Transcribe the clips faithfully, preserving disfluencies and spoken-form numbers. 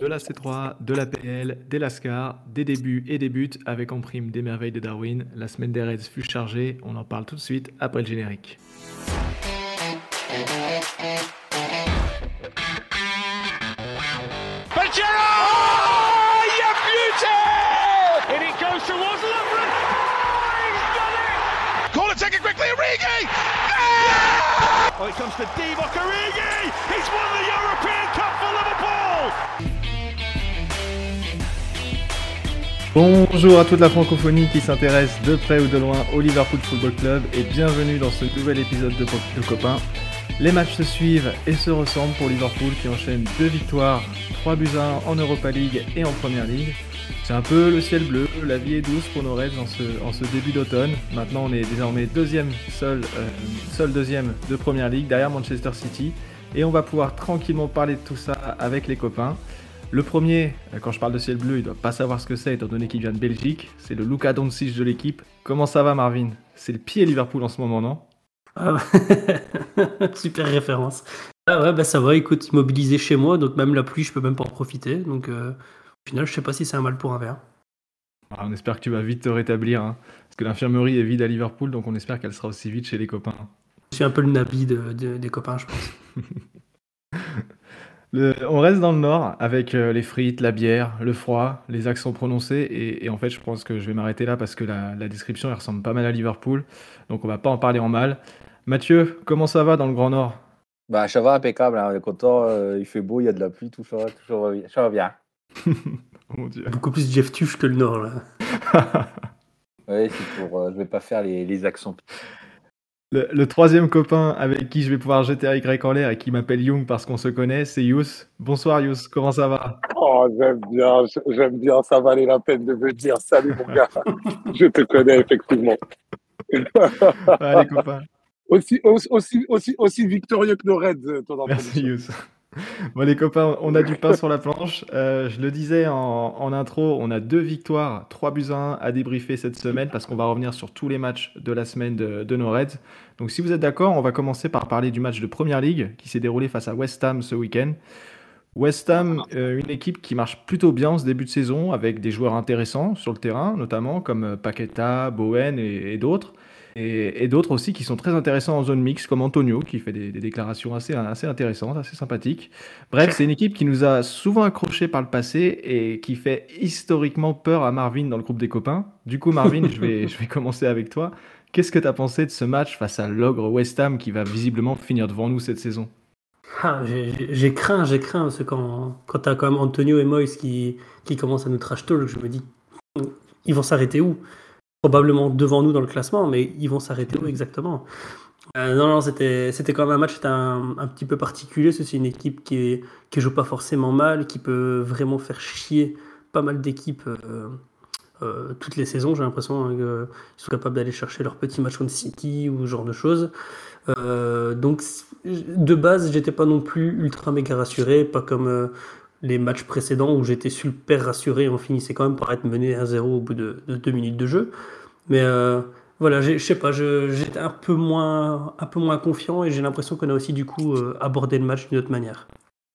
de la C trois, de la P L, des Lascars, des débuts et des buts avec en prime des merveilles de Darwin. La semaine des Reds fut chargée, on en parle tout de suite après le générique. Pajero! Oh, you beauty! And it goes towards Lovren. Oh, he's done it! Corner taken quickly, Origi! Ah! Oh, it comes to Divock Origi! He's won the European Cup for Liverpool! Bonjour à toute la francophonie qui s'intéresse de près ou de loin au Liverpool Football Club et bienvenue dans ce nouvel épisode de, de Copain. Les matchs se suivent et se ressemblent pour Liverpool qui enchaîne deux victoires, trois buts à un en Europa League et en Premier League. C'est un peu le ciel bleu, la vie est douce pour nos Reds en ce, en ce début d'automne. Maintenant on est désormais deuxième, seul, euh, seul deuxième de Premier League derrière Manchester City et on va pouvoir tranquillement parler de tout ça avec les copains. Le premier, quand je parle de ciel bleu, il doit pas savoir ce que c'est étant donné qu'il vient de Belgique. C'est le Luka Doncic de l'équipe. Comment ça va Marvin ? C'est le pied Liverpool en ce moment, non ? Ah ouais. Super référence. Ah ouais, bah ça va, écoute, immobilisé chez moi, donc même la pluie, je peux même pas en profiter. Donc euh, au final, je sais pas si c'est un mal pour un verre. Ah, on espère que tu vas vite te rétablir, hein, parce que l'infirmerie est vide à Liverpool, donc on espère qu'elle sera aussi vite chez les copains. Je suis un peu le Nabi de, de- des copains, je pense. Le- on reste dans le nord avec euh, les frites, la bière, le froid, les accents prononcés et, et en fait je pense que je vais m'arrêter là parce que la, la description elle ressemble pas mal à Liverpool, donc on va pas en parler en mal. Mathieu, comment ça va dans le Grand Nord ? Bah, ça va impeccable, hein, on est content, euh, il fait beau, il y a de la pluie, tout ça, tout ça va bien. Ça va bien. Oh mon Dieu. Beaucoup plus Jeff Tuche que le Nord, là. Ouais, c'est pour, euh, je vais pas faire les, les accents. Le, le troisième copain avec qui je vais pouvoir jeter un Y en l'air et qui m'appelle Young parce qu'on se connaît, c'est Yous. Bonsoir Yous, comment ça va ? Oh, j'aime bien, j'aime bien, ça valait la peine de me dire salut mon gars, je te connais effectivement. Allez copains. Aussi, aussi, aussi, aussi, aussi victorieux que nos Reds, ton Merci introduction. Yous. Bon les copains, on a du pain sur la planche. Euh, je le disais en, en intro, on a deux victoires, trois buts à un à débriefer cette semaine parce qu'on va revenir sur tous les matchs de la semaine de, de nos Reds. Donc si vous êtes d'accord, on va commencer par parler du match de Premier League qui s'est déroulé face à West Ham ce week-end. West Ham, euh, une équipe qui marche plutôt bien en ce début de saison avec des joueurs intéressants sur le terrain, notamment comme euh, Paqueta, Bowen et, et d'autres. Et, et d'autres aussi qui sont très intéressants en zone mixte, comme Antonio, qui fait des, des déclarations assez, assez intéressantes, assez sympathiques. Bref, c'est une équipe qui nous a souvent accrochés par le passé et qui fait historiquement peur à Marvin dans le groupe des copains. Du coup, Marvin, je vais, je vais commencer avec toi. Qu'est-ce que tu as pensé de ce match face à l'ogre West Ham qui va visiblement finir devant nous cette saison ? Ah, j'ai, j'ai- j'ai craint, j'ai craint, parce que quand, quand t'as quand même Antonio et Moyes qui, qui commencent à nous trash talk, je me dis, ils vont s'arrêter où ? Probablement devant nous dans le classement, mais ils vont s'arrêter où exactement ? Euh, non, non, c'était, c'était quand même un match c'était un, un petit peu particulier. parce que C'est une équipe qui, est, qui joue pas forcément mal, qui peut vraiment faire chier pas mal d'équipes euh, euh, toutes les saisons. J'ai l'impression hein, qu'ils sont capables d'aller chercher leur petit match contre City ou ce genre de choses. Euh, donc, de base, j'étais pas non plus ultra méga rassuré, pas comme euh, les matchs précédents où j'étais super rassuré. On finissait quand même par être mené un zéro au bout de, de deux minutes de jeu. Mais euh, voilà, j'ai- je sais pas, je- j'étais un peu moins, un peu moins confiant et j'ai l'impression qu'on a aussi du coup euh, abordé le match d'une autre manière.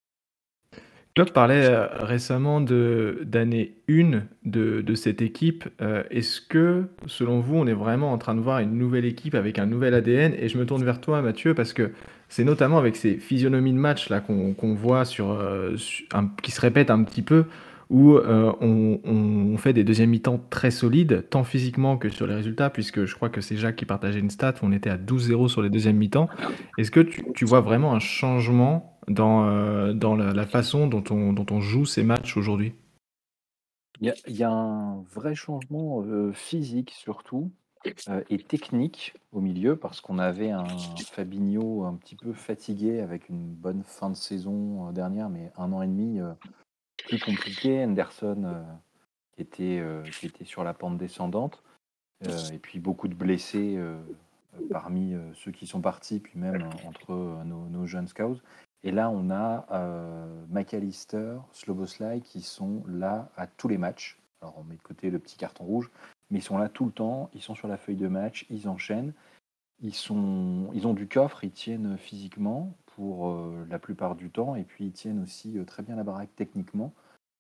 Klopp parlait euh, récemment de, d'année un de, de cette équipe. Euh, est-ce que, selon vous, on est vraiment en train de voir une nouvelle équipe avec un nouvel A D N ? Et je me tourne vers toi, Mathieu, parce que c'est notamment avec ces physionomies de match là qu'on, qu'on voit sur, euh, su- un- qui se répètent un petit peu, où euh, on, on fait des deuxièmes mi-temps très solides, tant physiquement que sur les résultats, puisque je crois que c'est Jacques qui partageait une stat où on était à douze zéro sur les deuxièmes mi-temps. Est-ce que tu, tu vois vraiment un changement dans, euh, dans la, la façon dont on, dont on joue ces matchs aujourd'hui ? Il y a, il y a un vrai changement euh, physique surtout euh, et technique au milieu parce qu'on avait un Fabinho un petit peu fatigué avec une bonne fin de saison euh, dernière, mais un an et demi euh, plus compliqué. Anderson euh, qui était, euh, qui était sur la pente descendante euh, et puis beaucoup de blessés euh, euh, parmi euh, ceux qui sont partis, puis même euh, entre euh, nos, nos jeunes scouts. Et là, on a euh, McAllister, Sloboslai qui sont là à tous les matchs. Alors, on met de côté le petit carton rouge, mais ils sont là tout le temps. Ils sont sur la feuille de match, ils enchaînent. Ils, sont, ils ont du coffre, ils tiennent physiquement pour euh, la plupart du temps, et puis ils tiennent aussi euh, très bien la baraque techniquement.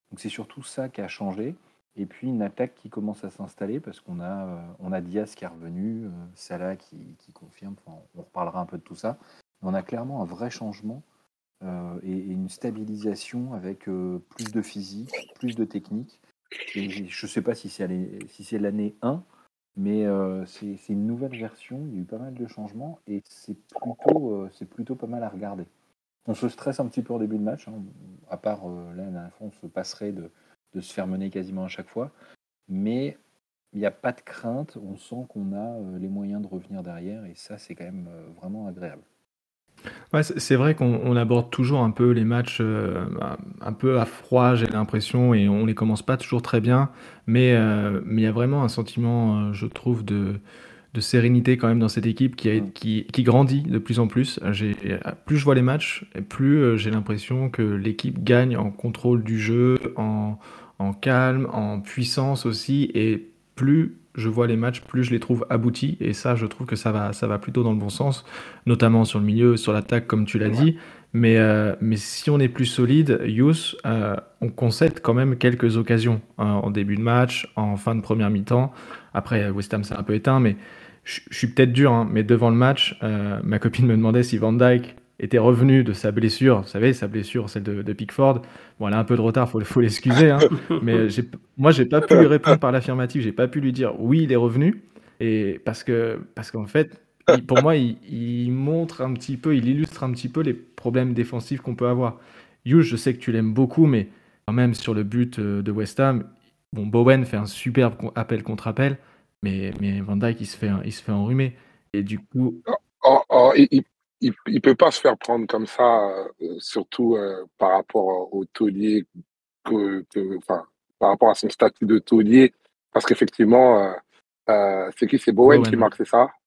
Donc c'est surtout ça qui a changé. Et puis une attaque qui commence à s'installer parce qu'on a, euh, on a Diaz qui est revenu, euh, Salah qui, qui confirme, enfin, on reparlera un peu de tout ça. Mais on a clairement un vrai changement euh, et, et une stabilisation avec euh, plus de physique, plus de technique. Et je ne sais pas si c'est, allé- si c'est l'année un, mais euh, c'est, c'est une nouvelle version, il y a eu pas mal de changements et c'est plutôt, euh, c'est plutôt pas mal à regarder. On se stresse un petit peu au début de match, hein, à part euh, là, à la fin, on se passerait de, de se faire mener quasiment à chaque fois. Mais il n'y a pas de crainte, on sent qu'on a euh, les moyens de revenir derrière et ça, c'est quand même euh, vraiment agréable. Ouais, c'est c'est vrai qu'on on aborde toujours un peu les matchs euh, bah, un peu à froid, j'ai l'impression, et on les commence pas toujours très bien, mais euh, mais il y a vraiment un sentiment, euh, je trouve, de, de sérénité quand même dans cette équipe qui, a- Mm. qui, qui grandit de plus en plus. J'ai, plus je vois les matchs, et plus euh, j'ai l'impression que l'équipe gagne en contrôle du jeu, en, en calme, en puissance aussi, et plus je vois les matchs, plus je les trouve aboutis, et ça, je trouve que ça va, ça va plutôt dans le bon sens, notamment sur le milieu, sur l'attaque, comme tu l'as Ouais. dit. Mais, euh, mais si on est plus solide, Yous, euh, on concède quand même quelques occasions hein, en début de match, en fin de première mi-temps. Après, West Ham s'est un peu éteint, mais je, je suis peut-être dur, hein, mais devant le match, euh, ma copine me demandait si Van Dijk était revenu de sa blessure. Vous savez, sa blessure, celle de, de Pickford. Bon, elle a un peu de retard, faut, faut l'excuser, hein, mais j'ai, moi, j'ai pas pu lui répondre par l'affirmative. J'ai pas pu lui dire oui, il est revenu, et parce que parce qu'en fait, il- pour moi, il, il montre un petit peu, il illustre un petit peu les problèmes défensifs qu'on peut avoir. Hughes, je sais que tu l'aimes beaucoup, mais quand même sur le but euh, de West Ham, bon, Bowen fait un superbe con- appel contre appel, mais, mais Van Dijk, il se fait, un- il se fait enrhumer. Et du coup, Oh, oh, il, il, il- il peut pas se faire prendre comme ça, euh, surtout euh, par rapport au taulier, que, que- enfin, par rapport à son statut de taulier, parce qu'effectivement, euh, euh, c'est qui? C'est Bowen qui Bowen, ouais. marque, c'est ça?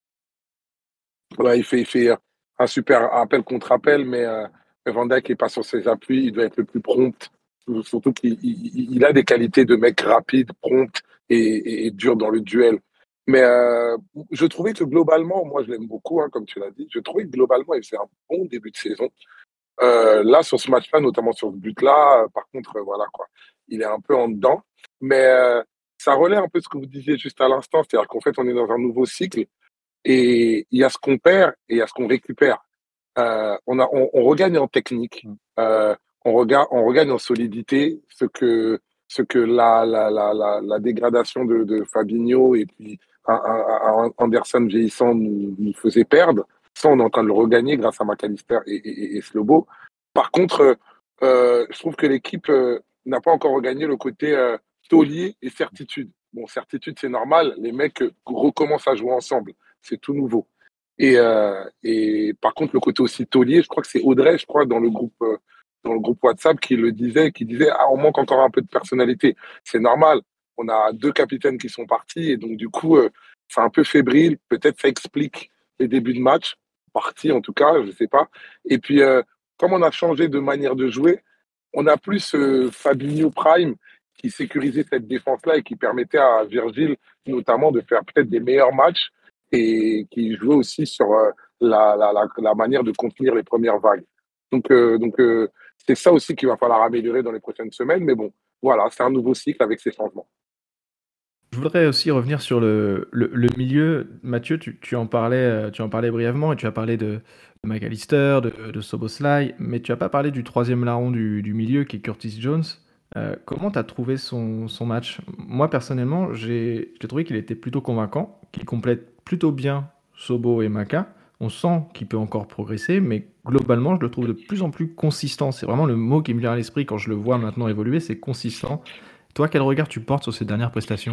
Voilà, il fait, il fait un super appel contre appel, mais euh, Van Dijk n'est pas sur ses appuis, il doit être le plus prompt. Surtout qu'il il, il a des qualités de mec rapide, prompt et, et, et dur dans le duel. Mais euh, je trouvais que globalement, moi je l'aime beaucoup, hein, comme tu l'as dit, je trouvais que globalement il faisait un bon début de saison. Euh, là, sur ce match-là, notamment sur ce but-là, euh, par contre, euh, voilà quoi, il est un peu en dedans. Mais euh, ça relaie un peu ce que vous disiez juste à l'instant, c'est-à-dire qu'en fait, on est dans un nouveau cycle et il y a ce qu'on perd et il y a ce qu'on récupère. Euh, on, a, on, on regagne en technique, Mm. euh, on, regagne, on regagne en solidité, ce que, ce que la, la, la, la, la dégradation de, de Fabinho et puis un, un, un Anderson vieillissant nous, nous faisait perdre. Ça, on est en train de le regagner grâce à McAllister et, et, et Slobo. Par contre, euh, je trouve que l'équipe euh, n'a pas encore regagné le côté euh, taulier et certitude. Bon, certitude, c'est normal. Les mecs euh, recommencent à jouer ensemble. C'est tout nouveau. Et, euh, et par contre, le côté aussi taulier, je crois que c'est Audrey, je crois, dans le groupe, euh, dans le groupe WhatsApp, qui le disait, qui disait, ah, on manque encore un peu de personnalité. C'est normal. On a deux capitaines qui sont partis et donc du coup, euh, c'est un peu fébrile. Peut-être ça explique les débuts de match, partie en tout cas, je sais pas. Et puis, euh, comme on a changé de manière de jouer, on a plus euh, Fabinho Prime qui sécurisait cette défense-là et qui permettait à Virgile notamment de faire peut-être des meilleurs matchs et qui jouait aussi sur euh, la, la, la, la manière de contenir les premières vagues. Donc, euh, donc euh, c'est ça aussi qu'il va falloir améliorer dans les prochaines semaines. Mais bon, voilà, c'est un nouveau cycle avec ces changements. je voudrais aussi revenir sur le, le, le milieu. Mathieu, tu, tu en parlais, euh, tu en parlais brièvement, et tu as parlé de, de McAllister, de, de Soboslai, mais tu n'as pas parlé du troisième larron du, du milieu qui est Curtis Jones. Euh, comment tu as trouvé son, son match? Moi, personnellement, j'ai j'ai trouvé qu'il était plutôt convaincant, qu'il complète plutôt bien Sobo et Maka. On sent qu'il peut encore progresser, mais globalement, je le trouve de plus en plus consistant. C'est vraiment le mot qui me vient à l'esprit quand je le vois maintenant évoluer, c'est consistant. Toi, quel regard tu portes sur ces dernières prestations?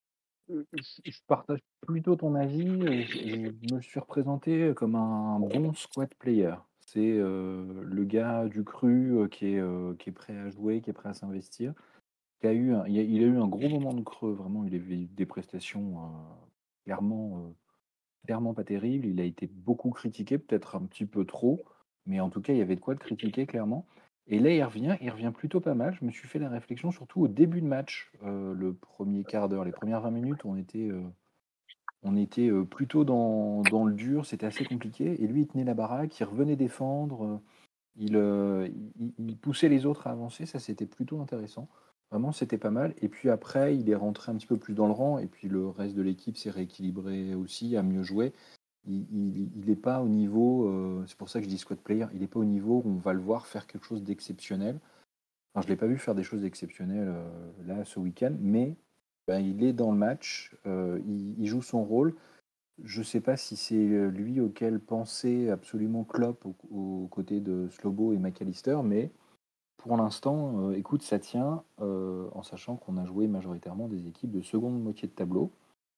Je je partage plutôt ton avis. euh, Je, je me suis représenté comme un bon squad player. C'est euh, le gars du cru euh, qui est, euh, qui est prêt à jouer, qui est prêt à s'investir. Il a eu un, il a, il a eu un gros moment de creux, vraiment. Il a eu des prestations euh, clairement, euh, clairement pas terribles. Il a été beaucoup critiqué, peut-être un petit peu trop, mais en tout cas, il y avait de quoi le critiquer, clairement. Et là, il revient, il revient plutôt pas mal. Je me suis fait la réflexion, surtout au début de match, euh, le premier quart d'heure, les premières vingt minutes, on était, euh, on était euh, plutôt dans, dans le dur, c'était assez compliqué. Et lui, il tenait la baraque, il revenait défendre. euh, Il, euh, il, il poussait les autres à avancer, ça c'était plutôt intéressant. Vraiment, c'était pas mal. Et puis après, il est rentré un petit peu plus dans le rang, et puis le reste de l'équipe s'est rééquilibré aussi, a mieux joué. Il n'est pas au niveau, euh, c'est pour ça que je dis squad player, il n'est pas au niveau où on va le voir faire quelque chose d'exceptionnel. Enfin, je ne l'ai pas vu faire des choses exceptionnelles euh, là ce week-end, mais ben, il est dans le match, euh, il, il joue son rôle. Je ne sais pas si c'est lui auquel pensait absolument Klopp aux au côtés de Slobo et McAllister, mais pour l'instant, euh, écoute, ça tient, euh, en sachant qu'on a joué majoritairement des équipes de seconde moitié de tableau.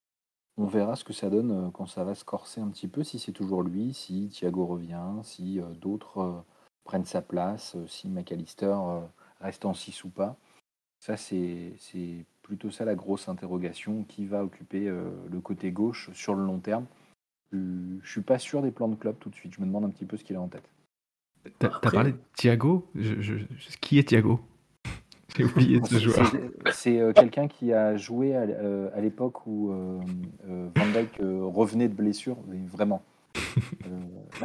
On verra ce que ça donne euh, quand ça va se corser un petit peu, si c'est toujours lui, si Thiago revient, si euh, d'autres euh, prennent sa place, euh, si McAllister euh, reste en six ou pas. Ça, c'est, c'est plutôt ça la grosse interrogation. Qui va occuper euh, le côté gauche sur le long terme? Je ne suis pas sûr des plans de club tout de suite. Je me demande un petit peu ce qu'il a en tête. T'as, t'as parlé de Thiago je, je, je, Qui est Thiago? J'ai oublié ce c'est, joueur. C'est, c'est euh, quelqu'un qui a joué à, euh, à l'époque où euh, euh, Van Dijk euh, revenait de blessure, mais vraiment. Euh...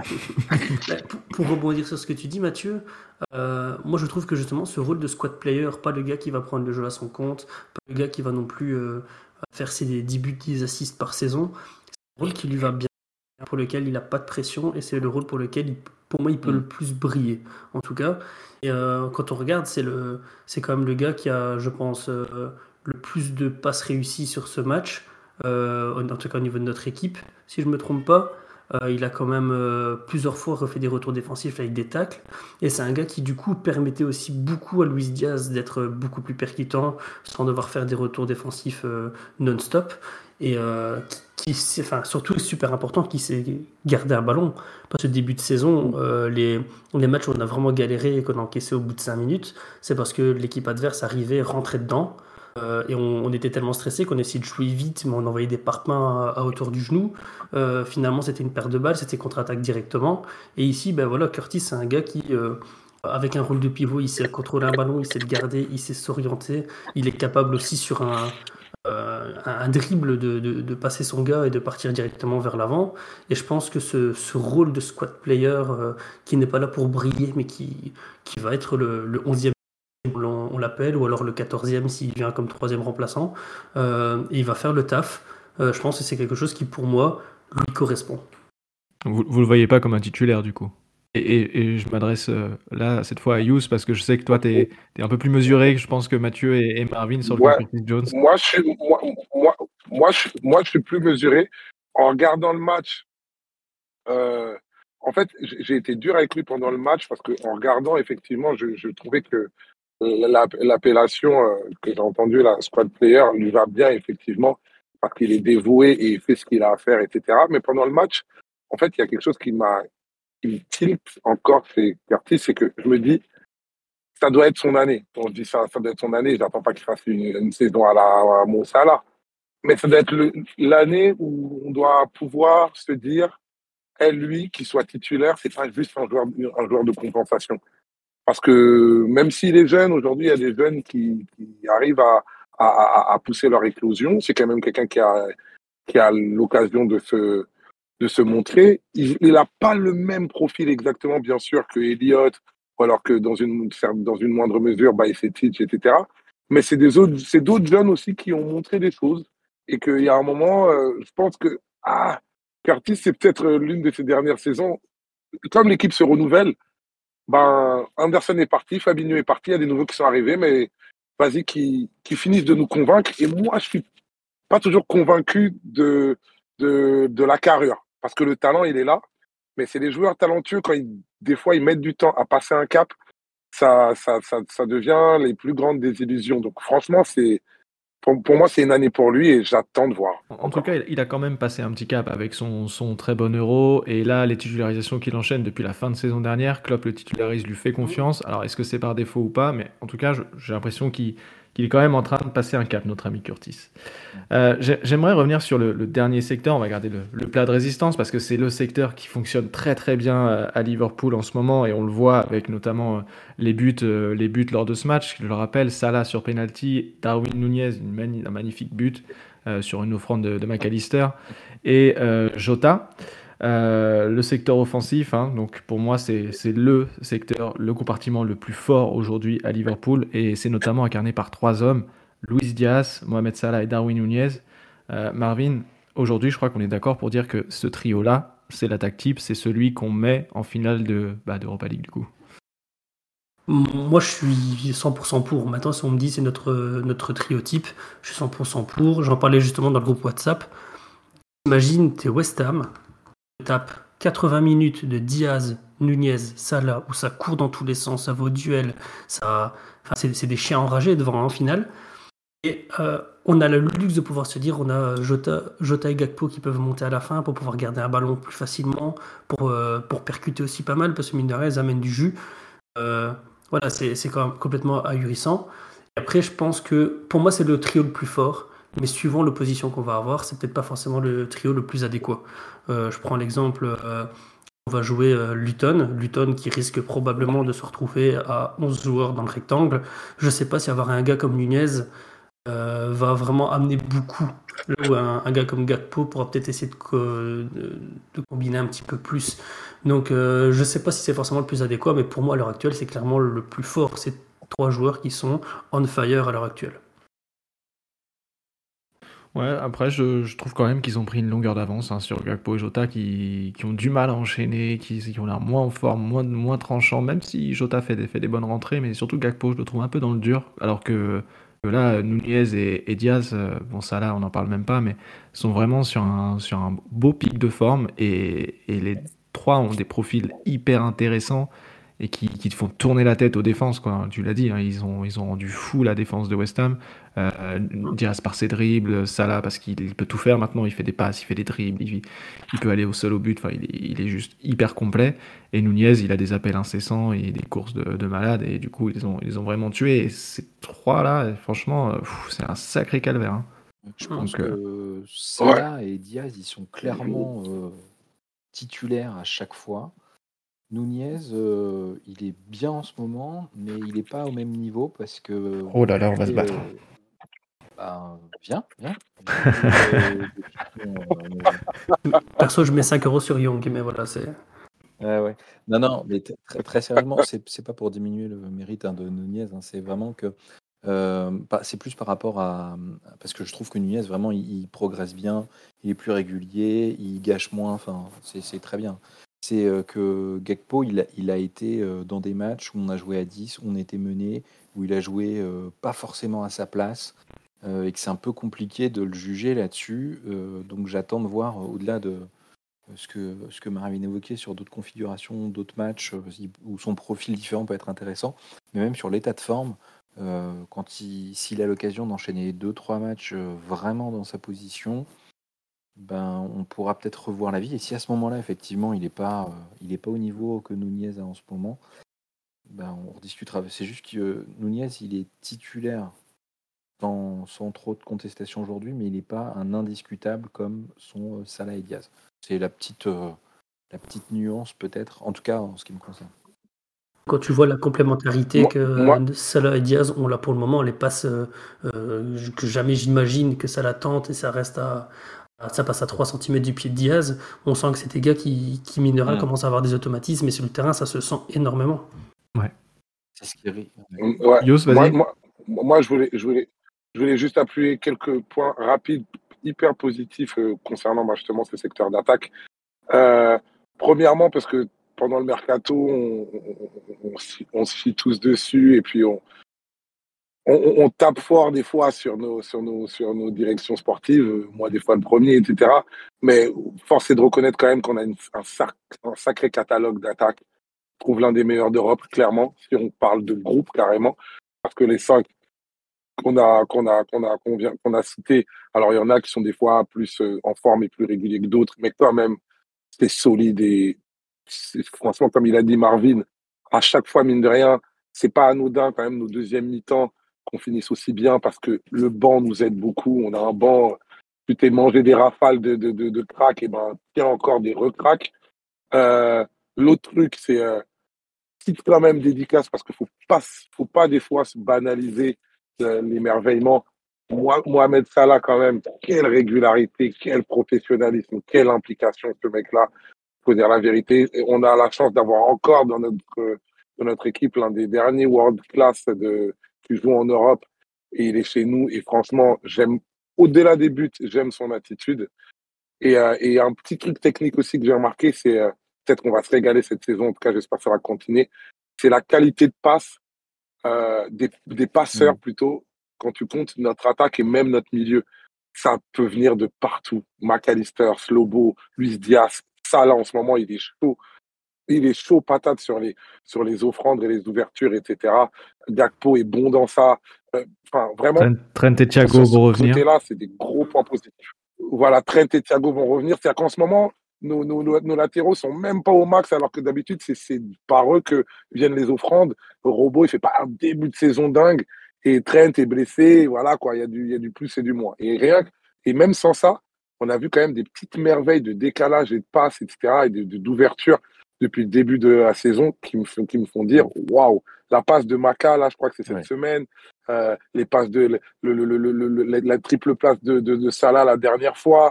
pour, pour rebondir sur ce que tu dis, Mathieu, euh, moi je trouve que justement ce rôle de squad player, pas le gars qui va prendre le jeu à son compte, pas le gars qui va non plus euh, faire ses dix buts, dix assists par saison, c'est un rôle qui lui va bien, pour lequel il n'a pas de pression, et c'est le rôle pour lequel il, pour moi il peut mmh. le plus briller en tout cas. Et euh, quand on regarde, c'est, le, c'est quand même le gars qui a, je pense, euh, le plus de passes réussies sur ce match, euh, en tout cas au niveau de notre équipe, si je ne me trompe pas. Euh, il a quand même euh, plusieurs fois refait des retours défensifs avec des tacles, et c'est un gars qui du coup permettait aussi beaucoup à Luis Diaz d'être beaucoup plus percutant sans devoir faire des retours défensifs euh, non-stop, et euh, qui, qui enfin, surtout super important, qui s'est gardé un ballon. Parce que début de saison, euh, les, les matchs où on a vraiment galéré et qu'on a encaissé au bout de cinq minutes, c'est parce que l'équipe adverse arrivait, rentrait dedans. Euh, et on, on était tellement stressé qu'on essayait de jouer vite, mais on envoyait des parpaings à, à hauteur du genou. Euh, finalement, c'était une perte de balles, c'était contre-attaque directement. Et ici, ben voilà, Curtis, c'est un gars qui, euh, avec un rôle de pivot, il sait contrôler un ballon, il sait le garder, il sait s'orienter. Il est capable aussi sur un, euh, un dribble de, de, de passer son gars et de partir directement vers l'avant. Et je pense que ce, ce rôle de squad player, euh, qui n'est pas là pour briller, mais qui, qui va être le, le onzième, on l'appelle, ou alors le quatorzième s'il vient comme troisième remplaçant, euh, et il va faire le taf. Euh, je pense que c'est quelque chose qui pour moi lui correspond. Vous ne le voyez pas comme un titulaire du coup? Et, et, et je m'adresse euh, là cette fois à Yous, parce que je sais que toi tu es un peu plus mesuré que je pense que Mathieu et, et Marvin sur le ouais, Curtis Jones. Moi je, suis, moi, moi, moi, je, moi je suis plus mesuré. En regardant le match, euh, en fait j'ai été dur avec lui pendant le match, parce qu'en regardant effectivement je, je trouvais que l'appellation euh, que j'ai entendue, la squad player, lui va bien effectivement, parce qu'il est dévoué et il fait ce qu'il a à faire, et cetera. Mais pendant le match, en fait, il y a quelque chose qui m'a qui me tilt encore chez Curtis, c'est que je me dis, ça doit être son année. On dit ça, ça doit être son année. J'attends pas qu'il fasse une, une saison à la à Mo Salah, mais ça doit être le, l'année où on doit pouvoir se dire, elle, lui, qu'il soit titulaire, c'est pas juste un joueur, un joueur de compensation. Parce que même s'il est jeune, aujourd'hui, il y a des jeunes qui, qui arrivent à, à, à pousser leur éclosion. C'est quand même quelqu'un qui a, qui a l'occasion de se, de se montrer. Il n'a pas le même profil exactement, bien sûr, que Elliott, ou alors que dans une, dans une moindre mesure, Bajcetic, et cetera. Mais c'est, des autres, c'est d'autres jeunes aussi qui ont montré des choses. Et qu'il y a un moment, euh, je pense que ah, Curtis, c'est peut-être l'une de ses dernières saisons. Comme l'équipe se renouvelle, ben, Anderson est parti, Fabinho est parti, il y a des nouveaux qui sont arrivés, mais vas-y, qui, qui finissent de nous convaincre. Et moi, je suis pas toujours convaincu de, de, de la carrure, parce que le talent, il est là, mais c'est les joueurs talentueux, quand ils, des fois, ils mettent du temps à passer un cap, ça, ça, ça, ça devient les plus grandes désillusions. Donc, franchement, c'est, pour, pour moi, c'est une année pour lui et j'attends de voir. En encore. Tout cas, il a quand même passé un petit cap avec son, son très bon Euro, et là, les titularisations qu'il enchaîne depuis la fin de saison dernière, Klopp le titularise, lui fait confiance. Alors, est-ce que c'est par défaut ou pas? Mais en tout cas, je, j'ai l'impression qu'il, qu'il est quand même en train de passer un cap, notre ami Curtis. Euh, j'aimerais revenir sur le, le dernier secteur. On va garder le, le plat de résistance, parce que c'est le secteur qui fonctionne très très bien à Liverpool en ce moment, et on le voit avec notamment les buts, euh, les buts lors de ce match. Je le rappelle, Salah sur penalty, Darwin Nunez, une mani- un magnifique but euh, sur une offrande de, de McAllister, et euh, Jota. Euh, le secteur offensif, hein, donc pour moi, c'est, c'est le secteur, le compartiment le plus fort aujourd'hui à Liverpool, et c'est notamment incarné par trois hommes, Luis Diaz, Mohamed Salah et Darwin Nunez. Euh, Marvin, aujourd'hui, je crois qu'on est d'accord pour dire que ce trio-là, c'est l'attaque type, c'est celui qu'on met en finale de, bah, d'Europa League du coup. Moi, je suis cent pour cent pour. Maintenant, si on me dit c'est notre, notre trio type, je suis cent pour cent pour. J'en parlais justement dans le groupe WhatsApp. Imagine, t'es West Ham, tu tapes quatre-vingts minutes de Diaz, Nunez, Salah, où ça court dans tous les sens, ça va au duel, ça... enfin, c'est, c'est des chiens enragés devant en finale. Et euh, on a le luxe de pouvoir se dire, on a Jota, Jota et Gakpo qui peuvent monter à la fin pour pouvoir garder un ballon plus facilement, pour, euh, pour percuter aussi pas mal, parce que mine de rien, ils amènent du jus. Euh, voilà, c'est, c'est quand même complètement ahurissant. Et après, je pense que pour moi, c'est le trio le plus fort, mais suivant l'opposition qu'on va avoir, c'est peut-être pas forcément le trio le plus adéquat. Euh, je prends l'exemple, euh, on va jouer euh, Luton, Luton qui risque probablement de se retrouver à onze joueurs dans le rectangle. Je sais pas si avoir un gars comme Nunez euh, va vraiment amener beaucoup. Là où un, un gars comme Gakpo pourra peut-être essayer de, co- de, de combiner un petit peu plus. Donc euh, je sais pas si c'est forcément le plus adéquat, mais pour moi à l'heure actuelle, c'est clairement le plus fort. Ces trois joueurs qui sont on fire à l'heure actuelle. Ouais, après, je, je trouve quand même qu'ils ont pris une longueur d'avance hein, sur Gakpo et Jota qui, qui ont du mal à enchaîner, qui, qui ont l'air moins en forme, moins, moins tranchant, même si Jota fait des, fait des bonnes rentrées, mais surtout Gakpo, je le trouve un peu dans le dur, alors que, que là, Nunez et, et Diaz, euh, bon, ça là, on n'en parle même pas, mais sont vraiment sur un, sur un beau pic de forme et, et les trois ont des profils hyper intéressants et qui, qui te font tourner la tête aux défenses, quoi. Tu l'as dit, hein, ils ont, ils ont rendu fou la défense de West Ham. Euh, Diaz par ses dribbles, Salah parce qu'il peut tout faire maintenant, il fait des passes, il fait des dribbles, il, il peut aller au seul au but, enfin, il, est, il est juste hyper complet. Et Nunez, il a des appels incessants et des courses de, de malade, et du coup, ils ont, ils ont vraiment tué. Et ces trois-là, franchement, euh, pff, c'est un sacré calvaire. Hein. Je pense Donc, euh, que Salah et Diaz, ils sont clairement euh, titulaires à chaque fois. Nunez, euh, il est bien en ce moment, mais il n'est pas au même niveau parce que. oh là là, on va se et, battre. euh, bah, viens, viens. Euh, euh, Perso, je mets cinq euros sur Young, mais voilà, c'est. Ouais, ouais. Non, non, mais t- très, très sérieusement, c'est c'est pas pour diminuer le mérite hein, de Nunez, hein, c'est vraiment que euh, pas- c'est plus par rapport à parce que je trouve que Nunez vraiment il, il progresse bien, il est plus régulier, il gâche moins, enfin c'est c'est très bien. C'est euh, que Gakpo il a, il a été euh, dans des matchs où on a joué à dix, où on était mené, où il a joué euh, pas forcément à sa place euh, et que c'est un peu compliqué de le juger là-dessus. Euh, donc j'attends de voir euh, au-delà de ce que, ce que Marvin évoquait sur d'autres configurations, d'autres matchs euh, où son profil différent peut être intéressant, mais même sur l'état de forme, euh, quand il, s'il a l'occasion d'enchaîner deux trois matchs euh, vraiment dans sa position, ben, on pourra peut-être revoir la vie. Et si à ce moment-là, effectivement, il n'est pas, euh, il est pas au niveau que Nunez a en ce moment, ben, on rediscutera. C'est juste que euh, Nunez, il est titulaire sans, sans trop de contestation aujourd'hui, mais il n'est pas un indiscutable comme sont euh, Salah et Diaz. C'est la petite, euh, la petite nuance peut-être, en tout cas en ce qui me concerne. Quand tu vois la complémentarité Moi, que moi, euh, Salah et Diaz ont là pour le moment, les passes euh, euh, que jamais j'imagine que Salah tente et ça reste à, à- ça passe à trois centimètres du pied de Diaz. On sent que c'est des gars qui, qui mine de rien, Mm. commencent à avoir des automatismes et sur le terrain, ça se sent énormément. ouais. C'est ce qui rit. ouais, Yos, moi, vas-y. moi, moi, je voulais, je voulais, je voulais juste appuyer quelques points rapides, hyper positifs euh, concernant bah, justement ce secteur d'attaque. Euh, premièrement, parce que pendant le mercato, on, on, on, on s'y- on se fie tous dessus et puis on, on, on tape fort des fois sur nos, sur nos, sur nos directions sportives, euh, moi des fois le premier, et cetera. Mais force est de reconnaître quand même qu'on a une- un, sac- un sacré catalogue d'attaques. Je trouve l'un des meilleurs d'Europe, clairement, si on parle de groupe carrément, parce que les cinq qu'on a, qu'on a, qu'on a, qu'on vient, qu'on a cités, alors il y en a qui sont des fois plus euh, en forme et plus réguliers que d'autres, mais quand même, c'est solide et c'est, franchement, comme il a dit Marvin, à chaque fois, mine de rien, c'est pas anodin quand même nos deuxièmes mi-temps qu'on finisse aussi bien parce que le banc nous aide beaucoup. On a un banc, tu t'es mangé des rafales de, de, de, de crack, et ben, tiens encore des recraques. Euh, l'autre truc, c'est euh, petite quand même dédicace parce qu'il faut pas, faut pas des fois se banaliser euh, l'émerveillement. Moi, Mohamed Salah, quand même, quelle régularité, quel professionnalisme, quelle implication, ce mec-là. Faut dire la vérité. Et on a la chance d'avoir encore dans notre, dans notre équipe l'un des derniers world class de, qui joue en Europe. Et il est chez nous. Et franchement, j'aime, au-delà des buts, j'aime son attitude. Et, euh, et un petit truc technique aussi que j'ai remarqué, c'est euh, peut-être qu'on va se régaler cette saison. En tout cas, j'espère que ça va continuer. C'est la qualité de passe euh, des, des passeurs Mm. plutôt. Quand tu comptes notre attaque et même notre milieu, ça peut venir de partout. McAllister, Slobo, Luis Diaz, Salah en ce moment, il est chaud. Il est chaud patate sur les, sur les offrandes et les ouvertures, et cetera. Gakpo est bon dans ça. Euh, Enfin, vraiment, Trent, Trent et Thiago sur ce vont revenir. côté-là, c'est des gros points positifs. Voilà, Trent et Thiago vont revenir. C'est-à-dire qu'en ce moment, nos, nos, nos, nos latéraux sont même pas au max, alors que d'habitude, c'est, c'est par eux que viennent les offrandes. Robbo, il fait pas un début de saison dingue. Et Trent est blessé. Voilà, quoi. Il y a du, il y a du plus et du moins. Et rien, et même sans ça, on a vu quand même des petites merveilles de décalage et de passes, et cetera, et de, de, d'ouverture depuis le début de la saison qui me, font, qui me font dire waouh, la passe de Maka, là, je crois que c'est cette Ouais. semaine. Euh, les passes de le, le, le, le, le, la triple passe de, de, de Salah la dernière fois,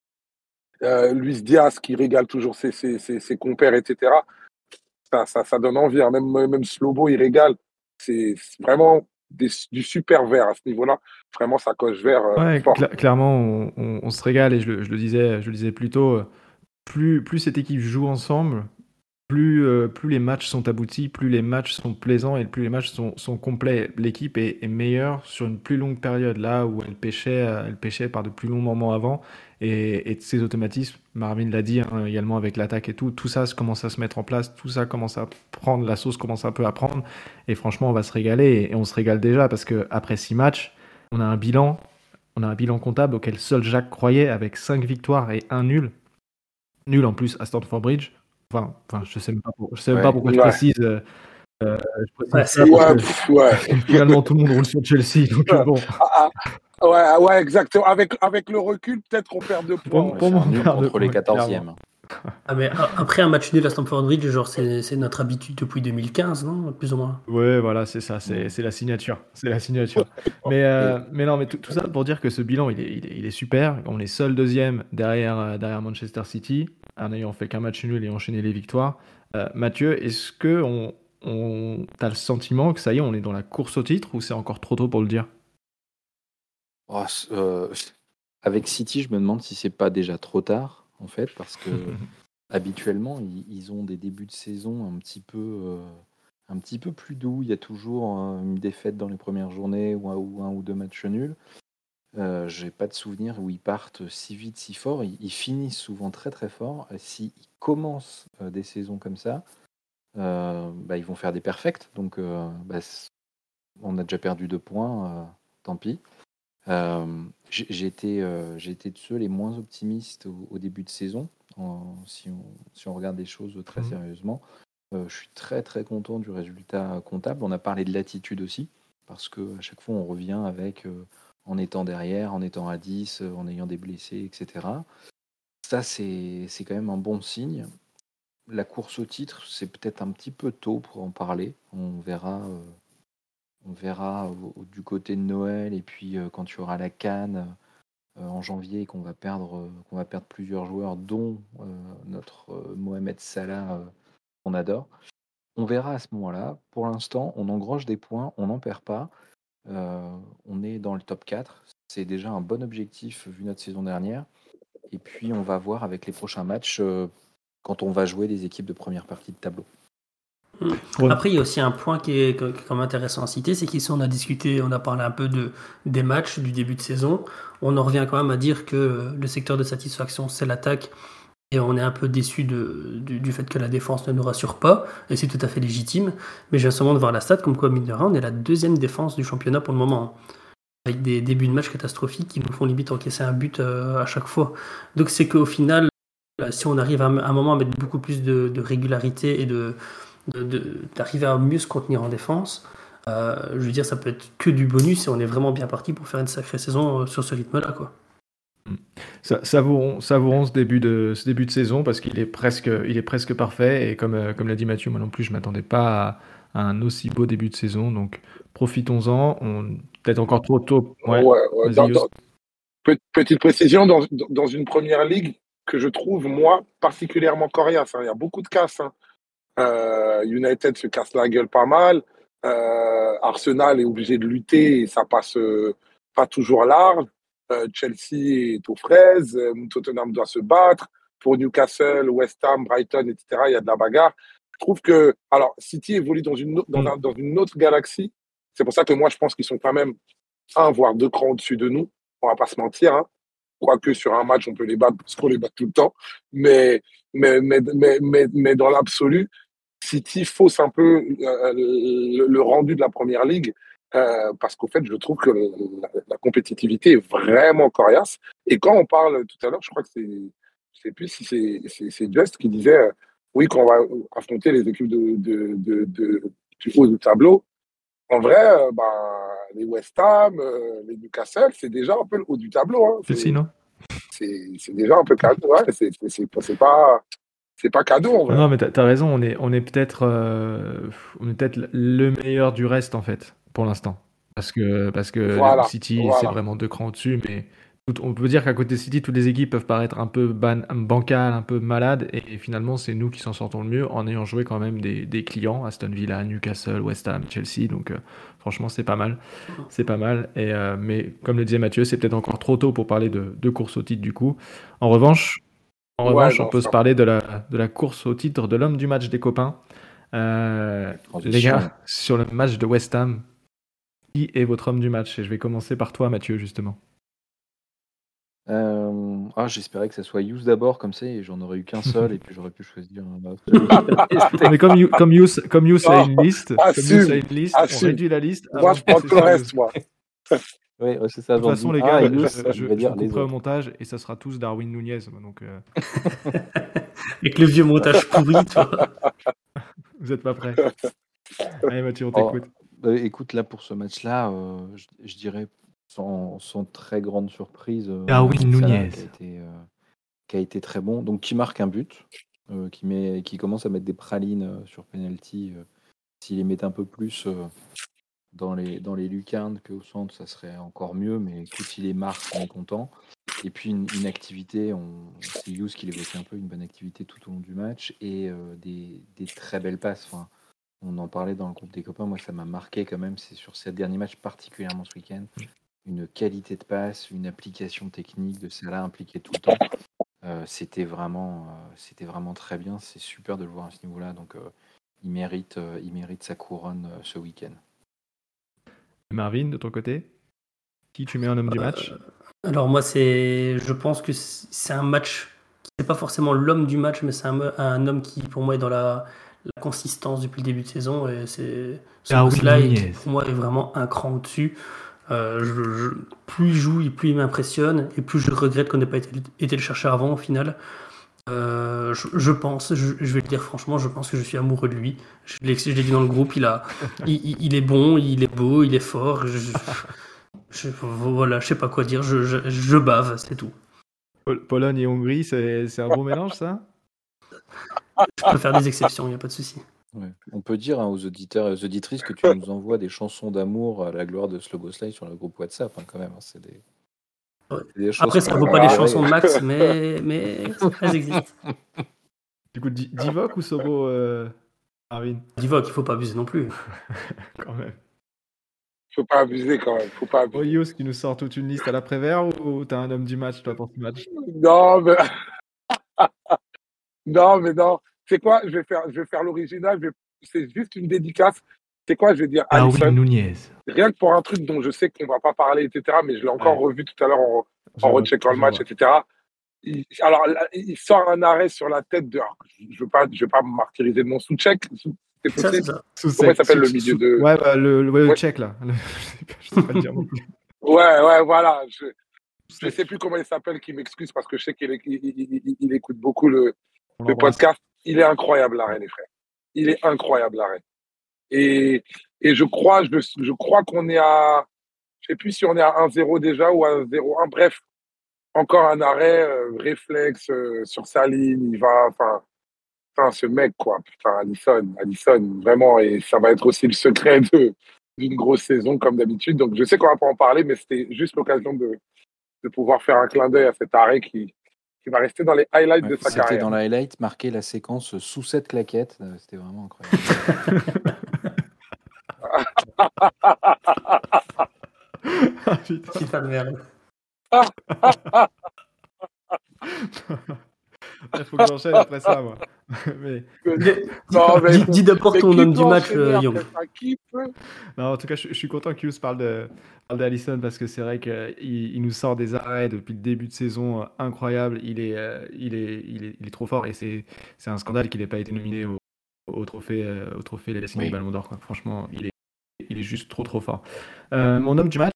euh, Luis Diaz qui régale toujours ses, ses, ses, ses compères, et cetera. Ça, ça, ça donne envie, hein. même, même Slobo il régale. C'est vraiment des, du super vert à ce niveau-là. Vraiment, ça coche vert euh, Ouais, fort. cla- clairement, on, on- on se régale et je, le- je le disais, je le disais plus tôt, euh, plus, plus cette équipe joue ensemble, plus, euh, plus les matchs sont aboutis, plus les matchs sont plaisants et plus les matchs sont, sont complets. L'équipe est, est meilleure sur une plus longue période, là où elle pêchait, euh, elle pêchait par de plus longs moments avant. Et, et ces automatismes, Marvin l'a dit hein, également avec l'attaque et tout, tout ça se- commence à se mettre en place, tout ça commence à prendre, la sauce commence un peu à prendre. Et franchement, on va se régaler et, et on se régale déjà parce qu'après six matchs, on a un bilan, on a un bilan comptable auquel seul Jacques croyait avec cinq victoires et un nul. Nul en plus à Stamford Bridge. Enfin, enfin je sais même pas, pour- je sais même pas Ouais. pourquoi je Ouais. précise, euh, euh, je précise Ouais, ça c'est- parce Ouais, que, pff, ouais. parce que finalement tout le monde roule sur Chelsea. Donc euh, bon, Ah, ah, ouais, ouais, exactement. Avec, avec le recul, peut-être qu'on perd deux points. pour, Ouais. pour C'est moi, un on nul perd deux contre les points, clairement. quatorzièmes. Ah, mais a- après un match nul à Stamford Bridge, genre c'est c'est notre habitude depuis deux mille quinze, non? Plus ou moins. Ouais, voilà, c'est ça, c'est Mm. c'est la signature, c'est la signature. Mais, euh, mais non, mais tout, tout ça pour dire que ce bilan, il est, il est, il est super. On est seul deuxième derrière, euh, derrière Manchester City, en ayant fait qu'un match nul et enchaîné les victoires. Euh, Mathieu, est-ce que on, on, t'as le sentiment que ça y est, on est dans la course au titre ou c'est encore trop tôt pour le dire? Oh, c- euh, avec City, je me demande si c'est pas déjà trop tard, en fait, parce que habituellement, ils, ils ont des débuts de saison un petit peu, euh, un petit peu plus doux. Il y a toujours euh, une défaite dans les premières journées ou un ou, un ou deux matchs nuls. Euh, j'ai pas de souvenir où ils partent si vite, si fort. Ils, ils finissent souvent très très fort. Et s'ils commencent euh, des saisons comme ça, euh, bah, ils vont faire des perfects. Donc, euh, bah, c- on a déjà perdu deux points, euh, tant pis. Euh, j'ai j'ai été, euh, j'ai été de ceux les moins optimistes au, au début de saison, en- si, on, si on regarde les choses très Mhm. sérieusement. Euh, je suis très très content du résultat comptable. On a parlé de l'attitude aussi, parce qu'à chaque fois on revient avec euh, en étant derrière, en étant à dix, euh, en ayant des blessés, et cetera. Ça, c'est c'est quand même un bon signe. La course au titre, c'est peut-être un petit peu tôt pour en parler. On verra. euh, on verra au- au- du côté de Noël et puis euh, quand tu auras la CAN euh, en janvier et qu'on va perdre euh, qu'on va perdre plusieurs joueurs dont euh, notre euh, Mohamed Salah euh, qu'on adore. On verra à ce moment-là. Pour l'instant, on engrange des points, on n'en perd pas. Euh, on est dans le top quatre. C'est déjà un bon objectif vu notre saison dernière. Et puis on va voir avec les prochains matchs euh, quand on va jouer les équipes de première partie de tableau. Pour- Après, il y a aussi un point qui est, qui est quand même intéressant à citer, c'est qu'ici on a discuté, on a parlé un peu de, des matchs du début de saison. On en revient quand même à dire que le secteur de satisfaction, c'est l'attaque. Et on est un peu déçu de, du, du fait que la défense ne nous rassure pas, et c'est tout à fait légitime. Mais j'ai seulement de voir la stat, comme quoi, mine de rien, on est la deuxième défense du championnat pour le moment, hein, avec des débuts de match catastrophiques qui nous font limite encaisser un but euh, à chaque fois. Donc c'est qu'au final, euh, si on arrive à, à un moment à mettre beaucoup plus de, de régularité et de, de, de- d'arriver à mieux se contenir en défense, euh, je veux dire, ça peut être que du bonus, et on est vraiment bien parti pour faire une sacrée saison euh, sur ce rythme-là, quoi. Sa- Savourons, savourons ce début de, ce début de saison parce qu'il est presque, il est presque parfait. Et comme, euh, comme l'a dit Mathieu, moi non plus, je ne m'attendais pas à, à un aussi beau début de saison. Donc profitons-en. On, peut-être encore trop tôt. Ouais, Ouais, ouais, vas-y, dans- Yous. dans- pe- petite précision, dans, dans une première ligue que je trouve, moi, particulièrement coriace, hein. Il y a beaucoup de casses, hein. Euh, United se casse la gueule pas mal. Euh, Arsenal est obligé de lutter et ça passe euh, pas toujours large. Euh, Chelsea est aux fraises. Euh, Tottenham doit se battre. Pour Newcastle, West Ham, Brighton, et cetera, il y a de la bagarre. Je trouve que, alors, City évolue dans une, au- dans Mm. un- dans une autre galaxie. C'est pour ça que moi, je pense qu'ils sont quand même un, voire deux crans au-dessus de nous. On va pas se mentir, hein. Quoique sur un match, on peut les battre parce qu'on les bat tout le temps. Mais, mais, mais, mais, mais, mais dans l'absolu, City fausse un peu euh, le, le rendu de la première ligue euh, parce qu'au fait, je trouve que le- la, la compétitivité est vraiment coriace. Et quand on parle tout à l'heure, je crois que c'est, je sais plus si c'est, c'est, c'est Just qui disait euh, oui, quand on va affronter les équipes de, de, de, de- du haut du tableau, en vrai, euh, ben, les West Ham, euh, les Newcastle, c'est déjà un peu le haut du tableau, hein. Chelsea, C'est, non? c'est, c'est déjà un peu cadeau. Ouais, c'est, c'est, c'est, pas- c'est pas, c'est pas cadeau en Non, vrai. non, mais t'as, t'as raison, on est, on est peut-être euh, on est peut-être le meilleur du reste, en fait, pour l'instant. Parce que, parce que Voilà, City, c'est voilà. vraiment deux crans au-dessus, mais tout- on peut dire qu'à côté de City, toutes les équipes peuvent paraître un peu ban- bancales, un peu malades, et finalement, c'est nous qui s'en sortons le mieux en ayant joué quand même des, des clients, Aston Villa, Newcastle, West Ham, Chelsea, donc euh, franchement, c'est pas mal. C'est pas mal, et, euh, mais comme le disait Mathieu, c'est peut-être encore trop tôt pour parler de, de course au titre, du coup. En revanche, en Ouais, revanche, on non, peut se ça. parler de la, de la course au titre de l'homme du match des copains. Euh, les Transition. gars, sur le match de West Ham, qui est votre homme du match? Et je vais commencer par toi, Mathieu, justement. Euh, ah, j'espérais que ça soit Yous d'abord, comme ça, et j'en aurais eu qu'un seul, et puis j'aurais pu choisir un autre. Mais comme You- comme Yous comme Yous a Non, une liste, comme Yous a assume, une liste, on assume. réduit la liste Moi, avant je de prends passer tout le sur Yous. reste, moi. Oui, ouais, c'est ça. De toute J'en façon, dis les un, gars, et je, Yous, je, il je va dire vous les couperai au autres. montage et ça sera tous Darwin Nunez. Donc, euh, Avec le vieux montage pourri, toi. vous n'êtes pas prêts. Allez, Mathieu, on Oh, t'écoute. bah, écoute, là, pour ce match-là, euh, je, je dirais sans, sans très grande surprise, euh, Darwin Mohamed Salah, Nunez. qui a été, euh, qui a été très bon. Donc, qui marque un but, euh, qui, met, qui commence à mettre des pralines euh, sur penalty. euh, S'il les mettait un peu plus euh, dans les, dans les lucarnes qu'au centre, ça serait encore mieux. Mais écoute, s'il les marque, on est content. Et puis, une, une activité, on, c'est Hughes qui l'évoquait un peu, une bonne activité tout au long du match et euh, des, des très belles passes. Enfin, on en parlait dans le groupe des copains. Moi, ça m'a marqué quand même. C'est sur ces derniers matchs, particulièrement ce week-end. Une qualité de passe, une application technique de Salah impliquée tout le temps. Euh, c'était vraiment, euh, c'était vraiment très bien. C'est super de le voir à ce niveau-là. Donc, euh, il mérite, euh, il mérite sa couronne euh, ce week-end. Marvin, de ton côté, qui tu mets en homme du match? Alors moi, c'est, je pense que c'est un match qui n'est pas forcément l'homme du match, mais c'est un, un homme qui, pour moi, est dans la, la consistance depuis le début de saison. Et c'est ce Darwin boss-là, et qui, Nunez. pour moi, est vraiment un cran au-dessus. Euh, je, je- plus il joue, et plus il m'impressionne, et plus je regrette qu'on n'ait pas été, été le chercher avant, au final. Euh, je, je pense, je, je vais le dire franchement, je pense que je suis amoureux de lui. Je l'ai, je l'ai dit dans le groupe, il, a, il, il- il est bon, il est beau, il est fort. Je, je- je- voilà, je sais pas quoi dire, je, je, je bave, c'est tout. Pol- Pologne et Hongrie, c'est c'est un bon mélange, ça? Je peux faire des exceptions, il n'y a pas de souci. Ouais. On peut dire hein, aux auditeurs et aux auditrices que tu nous envoies des chansons d'amour à la gloire de Sloboslai sur le groupe WhatsApp, hein, quand même. hein. C'est des, Ouais. c'est des choses Après, ça qu'on vaut va pas les admirer. chansons de Max, mais, mais elles existent. Du coup, Di- Divock ou Sobo, euh, Marvin? Divock, il faut pas abuser non plus. Quand même. Faut pas abuser quand même. Faut pas abuser. Oyos qui nous sort toute une liste à l'après-vert ou t'as un homme du match, toi, pour ce match? Non, mais non, mais non. C'est quoi? Je vais faire, je vais faire l'original. je vais- C'est juste une dédicace. C'est quoi? Je vais dire Darwin Alisson. Nunez. Rien que pour un truc dont je sais qu'on va pas parler, et cetera. Mais je l'ai encore Ouais. revu tout à l'heure en, Je en vois, recheckant le je match, vois. et cetera. Il, alors, là, il sort un arrêt sur la tête de. alors, je veux pas, je veux pas me martyriser de mon sous-check. Sous- c'est Ça, c'est possible. ça. Sous Comment il sec- s'appelle sous- le milieu sous- de. Ouais, bah, le, le, ouais, le Ouais. tchèque, là. Le- je, sais pas, je sais pas le dire non plus. Ouais, ouais, voilà. Je, je Sec. sais plus comment il s'appelle, qui m'excuse parce que je sais qu'il éc- il, il- il- il écoute beaucoup le, On le l'embrasse. podcast. Il est incroyable, l'arrêt, les frères. Il est incroyable, l'arrêt. Et, et je crois, je, je crois qu'on est à, je sais plus si on est à un zéro déjà ou à zéro un. Bref, encore un arrêt, euh, réflexe euh, sur sa ligne. Il va, enfin, enfin, ce mec, quoi. Putain, Alisson, Alisson, vraiment. Et ça va être aussi le secret de, d'une grosse saison comme d'habitude. Donc je sais qu'on va pas en parler, mais c'était juste l'occasion de, de pouvoir faire un clin d'œil à cet arrêt qui, qui va rester dans les highlights Ouais, de sa c'était carrière. dans la highlight, marqué la séquence sous cette claquette. euh, C'était vraiment incroyable. Ah, putain. Putain de merde. Il faut que j'enchaîne après ça, moi. Mais, Non, mais Dis, dis d'abord mais ton qui homme peut du match, enchaîner euh, après Young. ça? Qui peut? non, en tout cas, je, je suis content qu'Hughes parle de, parle d'Alisson parce que c'est vrai qu'il il nous sort des arrêts depuis le début de saison euh, incroyables. Il est, euh, il est, il est, il est trop fort et c'est, c'est un scandale qu'il n'ait pas été nominé au, au trophée, euh, au trophée les Oui. du Ballon d'Or, quoi. Franchement, il est, il est juste trop, trop fort. Euh, mon homme du match,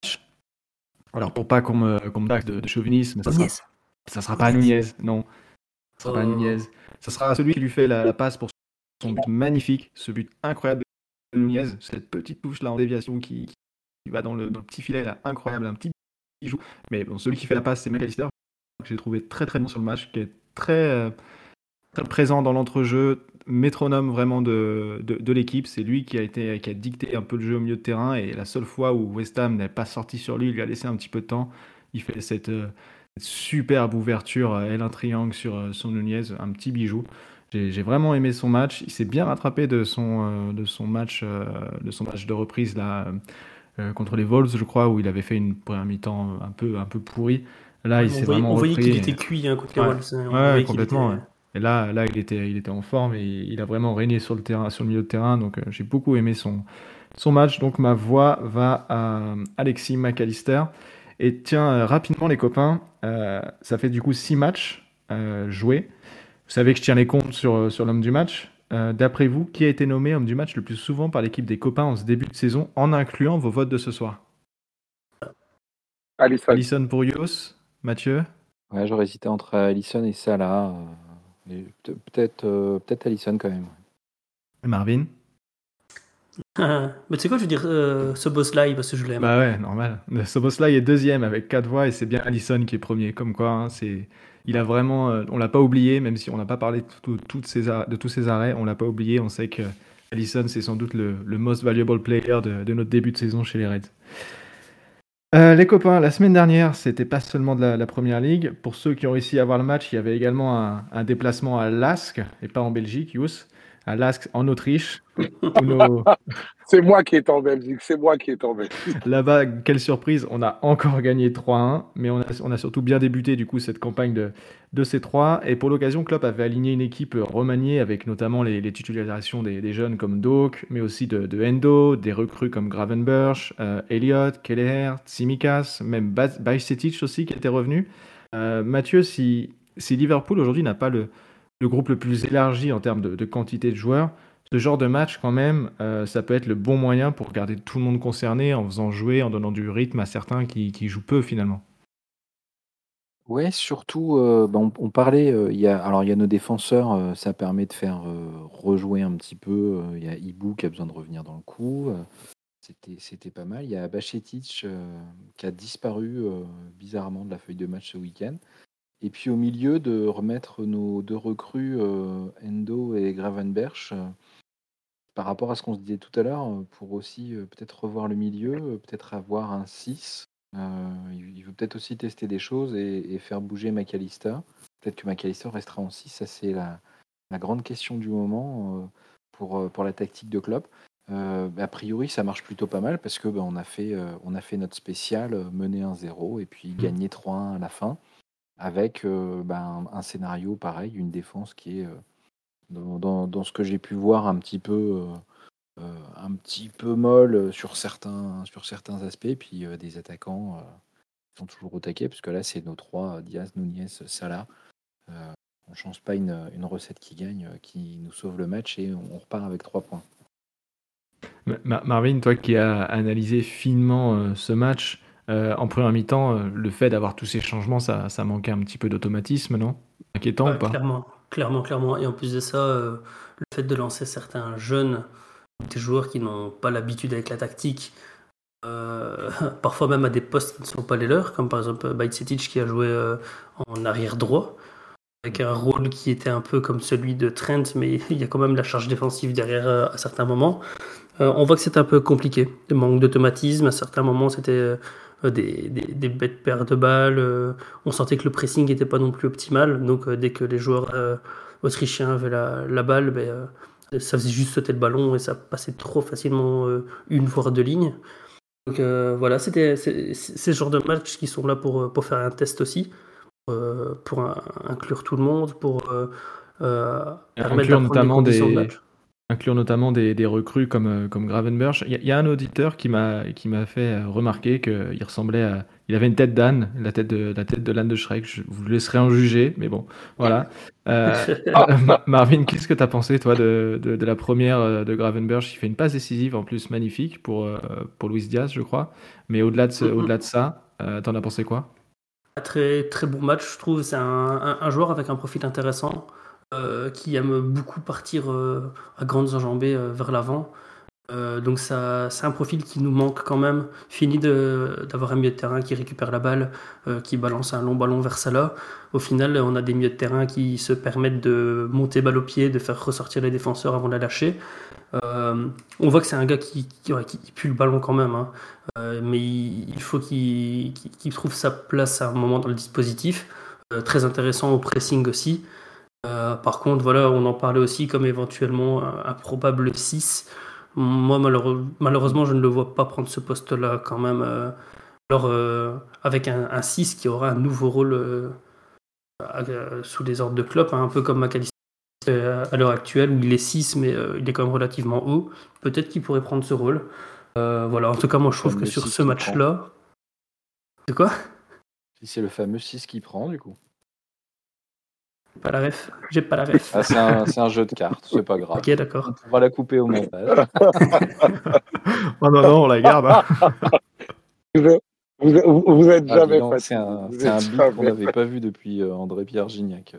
alors pour pas qu'on me, qu'on me taxe de, de chauvinisme, ça sera, Yes. ça sera pas Nunez, non. Ça sera pas Oh. Nunez. Ça sera celui qui lui fait la, la passe pour son but magnifique, ce but incroyable de Nunez, cette petite touche là en déviation qui, qui va dans le, dans le petit filet là, incroyable, un petit bijou. Mais bon, celui qui fait la passe, c'est McAllister, que j'ai trouvé très très bon sur le match, qui est très, euh, très présent dans l'entrejeu, métronome vraiment de, de, de l'équipe. C'est lui qui a, été, qui a dicté un peu le jeu au milieu de terrain et la seule fois où West Ham n'est pas sorti sur lui, il lui a laissé un petit peu de temps. Il fait cette, euh, cette superbe ouverture, euh, L un triangle sur euh, son Nunez, un petit bijou. J'ai, j'ai vraiment aimé son match. Il s'est bien rattrapé de son, euh, de son, match, euh, de, son match de reprise là, euh, contre les Wolves, je crois, où il avait fait une première mi-temps un peu, un peu pourrie. Là, Ouais, il on s'est voyait, vraiment on voyait repris. qu'il et- était cuit hein, contre les Ouais. Wolves. hein. On Ouais, voyait qu'il complètement. était- ouais. Et là, là il, était, il était en forme et il a vraiment régné sur le, terrain, sur le milieu de terrain. Donc, euh, j'ai beaucoup aimé son, son match. Donc, ma voix va à euh, Alexis McAllister. Et tiens, euh, rapidement, les copains, euh, ça fait du coup six matchs euh, joués. Vous savez que je tiens les comptes sur, euh, sur l'homme du match. Euh, d'après vous, qui a été nommé homme du match le plus souvent par l'équipe des copains en ce début de saison, en incluant vos votes de ce soir? Alisson. Alisson pour Yos, Mathieu? Ouais, j'aurais hésité entre Alisson et Salah. euh, mais peut- peut-être, euh, peut-être Alisson quand même. Et Marvin? Ah, mais tu sais quoi, je veux dire, euh, ce boss-là, parce que je l'aime. Bah ouais, normal. Soboslai est deuxième avec quatre voix et c'est bien Alisson qui est premier. Comme quoi, hein, c'est, il a vraiment, euh, on l'a pas oublié, même si on n'a pas parlé de, tout- toutes ces ar- de tous ces arrêts, on l'a pas oublié. On sait que Alisson c'est sans doute le, le most valuable player de, de notre début de saison chez les Reds. Euh, les copains, la semaine dernière, c'était pas seulement de la, la première ligue. Pour ceux qui ont réussi à voir le match, il y avait également un, un déplacement à Lask et pas en Belgique, Yous, à Lask en Autriche, où nos, C'est moi qui est en Belgique, c'est moi qui est en Belgique. Là-bas, quelle surprise, on a encore gagné trois à un, mais on a, on a surtout bien débuté du coup cette campagne de, de C trois. Et pour l'occasion, Klopp avait aligné une équipe remaniée avec notamment les, les titularisations des, des jeunes comme Doak, mais aussi de, de Endo, des recrues comme Gravenberch, euh, Elliott, Kelleher, Tsimikas, même Bas- Bajcetic aussi qui était revenu. Euh, Mathieu, si, si Liverpool aujourd'hui n'a pas le, le groupe le plus élargi en termes de, de quantité de joueurs, ce genre de match, quand même, euh, ça peut être le bon moyen pour garder tout le monde concerné en faisant jouer, en donnant du rythme à certains qui, qui jouent peu finalement. Ouais, surtout, euh, bah, on, on parlait, euh, il y a, alors il y a nos défenseurs, euh, ça permet de faire euh, rejouer un petit peu. euh, Il y a Ibu qui a besoin de revenir dans le coup. euh, c'était, c'était pas mal. Il y a Bajcetic euh, qui a disparu euh, bizarrement de la feuille de match ce week-end. Et puis au milieu, de remettre nos deux recrues, euh, Endo et Gravenberch, euh, par rapport à ce qu'on se disait tout à l'heure, euh, pour aussi euh, peut-être revoir le milieu, euh, peut-être avoir un six. Euh, il il veut peut-être aussi tester des choses et, et faire bouger McAllister. Peut-être que McAllister restera en six, ça c'est la, la grande question du moment euh, pour, euh, pour la tactique de Klopp. Euh, a priori, ça marche plutôt pas mal parce que bah, on, a fait, euh, on a fait notre spécial, euh, mener un zéro et puis gagner trois un à la fin, avec euh, bah, un, un scénario pareil, une défense qui est, euh, dans, dans- dans ce que j'ai pu voir, un petit peu, euh, euh, un petit peu molle sur certains, sur certains aspects, puis euh, des attaquants euh, qui sont toujours au taquet, parce que là, c'est nos trois, euh, Diaz, Nunez, Salah. Euh, on ne change pas une, une recette qui gagne, euh, qui nous sauve le match, et on repart avec trois points. Ma- Marvin, toi qui as analysé finement euh, ce match, euh, en première mi-temps, euh, le fait d'avoir tous ces changements, ça, ça manquait un petit peu d'automatisme, non? Inquiétant Ouais, ou pas? clairement, clairement, clairement. Et en plus de ça, euh, le fait de lancer certains jeunes, des joueurs qui n'ont pas l'habitude avec la tactique, euh, parfois même à des postes qui ne sont pas les leurs, comme par exemple Bajcetic qui a joué euh, en arrière droit. avec un rôle qui était un peu comme celui de Trent, mais il y a quand même la charge défensive derrière euh, à certains moments. Euh, on voit que c'est un peu compliqué. Le manque d'automatisme, à certains moments, c'était euh, des, des, des bêtes paires de balles. Euh, on sentait que le pressing n'était pas non plus optimal. Donc, euh, dès que les joueurs euh, autrichiens avaient la, la balle, ben, euh, ça faisait juste sauter le ballon et ça passait trop facilement euh, une voire deux lignes. Donc, euh, voilà, c'était c'est, c'est ce genre de matchs qui sont là pour, pour faire un test aussi, euh, pour un, inclure tout le monde, pour euh, euh, permettre Inclure d'apprendre les notamment conditions de des, match. inclure notamment des, des recrues comme, euh, comme Gravenberch. Il y, a- il y a un auditeur qui m'a qui m'a fait euh, remarquer qu'il ressemblait à. Il avait une tête d'âne, la tête de, la tête de l'âne de Shrek. Je vous laisserai en juger, mais bon, voilà. Euh, Ma- Marvin, qu'est-ce que tu as pensé, toi, de, de, de la première euh, de Gravenberch? Il fait une passe décisive, en plus magnifique, pour, euh, pour Luis Diaz, je crois. Mais au-delà de, ce- au-delà de ça, euh, t'en as pensé quoi? Très, très bon match, je trouve. C'est un, un- un joueur avec un profil intéressant, euh, qui aime beaucoup partir euh, à grandes enjambées euh, vers l'avant. Euh, donc ça, c'est un profil qui nous manque quand même. Fini de, d'avoir un milieu de terrain qui récupère la balle, euh, qui balance un long ballon vers Salah. Au final, on a des milieux de terrain qui se permettent de monter balle au pied, de faire ressortir les défenseurs avant de la lâcher. Euh, on voit que c'est un gars qui, qui, ouais, qui pue le ballon quand même, hein. Euh, mais il, il faut qu'il, qu'il, qu'il trouve sa place à un moment dans le dispositif. Euh, très intéressant au pressing aussi. Euh, par contre, voilà, on en parlait aussi comme éventuellement un, un probable six. Moi, malheureux- malheureusement, je ne le vois pas prendre ce poste-là quand même. Euh, alors, euh, avec un, un six qui aura un nouveau rôle euh, à- euh, sous les ordres de Klopp, hein, un peu comme McAllister euh, à l'heure actuelle, où il est six, mais euh, il est quand même relativement haut. Peut-être qu'il pourrait prendre ce rôle. Euh, voilà, en tout cas, moi, je Le trouve que fameux sur six ce qui match-là. De quoi? Si c'est le fameux six qui prend, du coup. Pas la ref. J'ai pas la ref. Ah, c'est un, c'est un jeu de cartes, c'est pas grave. Ok, d'accord. On pourra la couper au montage. Oh non, non, on la garde, hein. Vous êtes, vous êtes- vous êtes Ah, dis jamais donc, c'est fatigué. un, Vous c'est un êtes beat qu'on jamais n'avait fatigué. pas vu depuis euh, André-Pierre Gignac.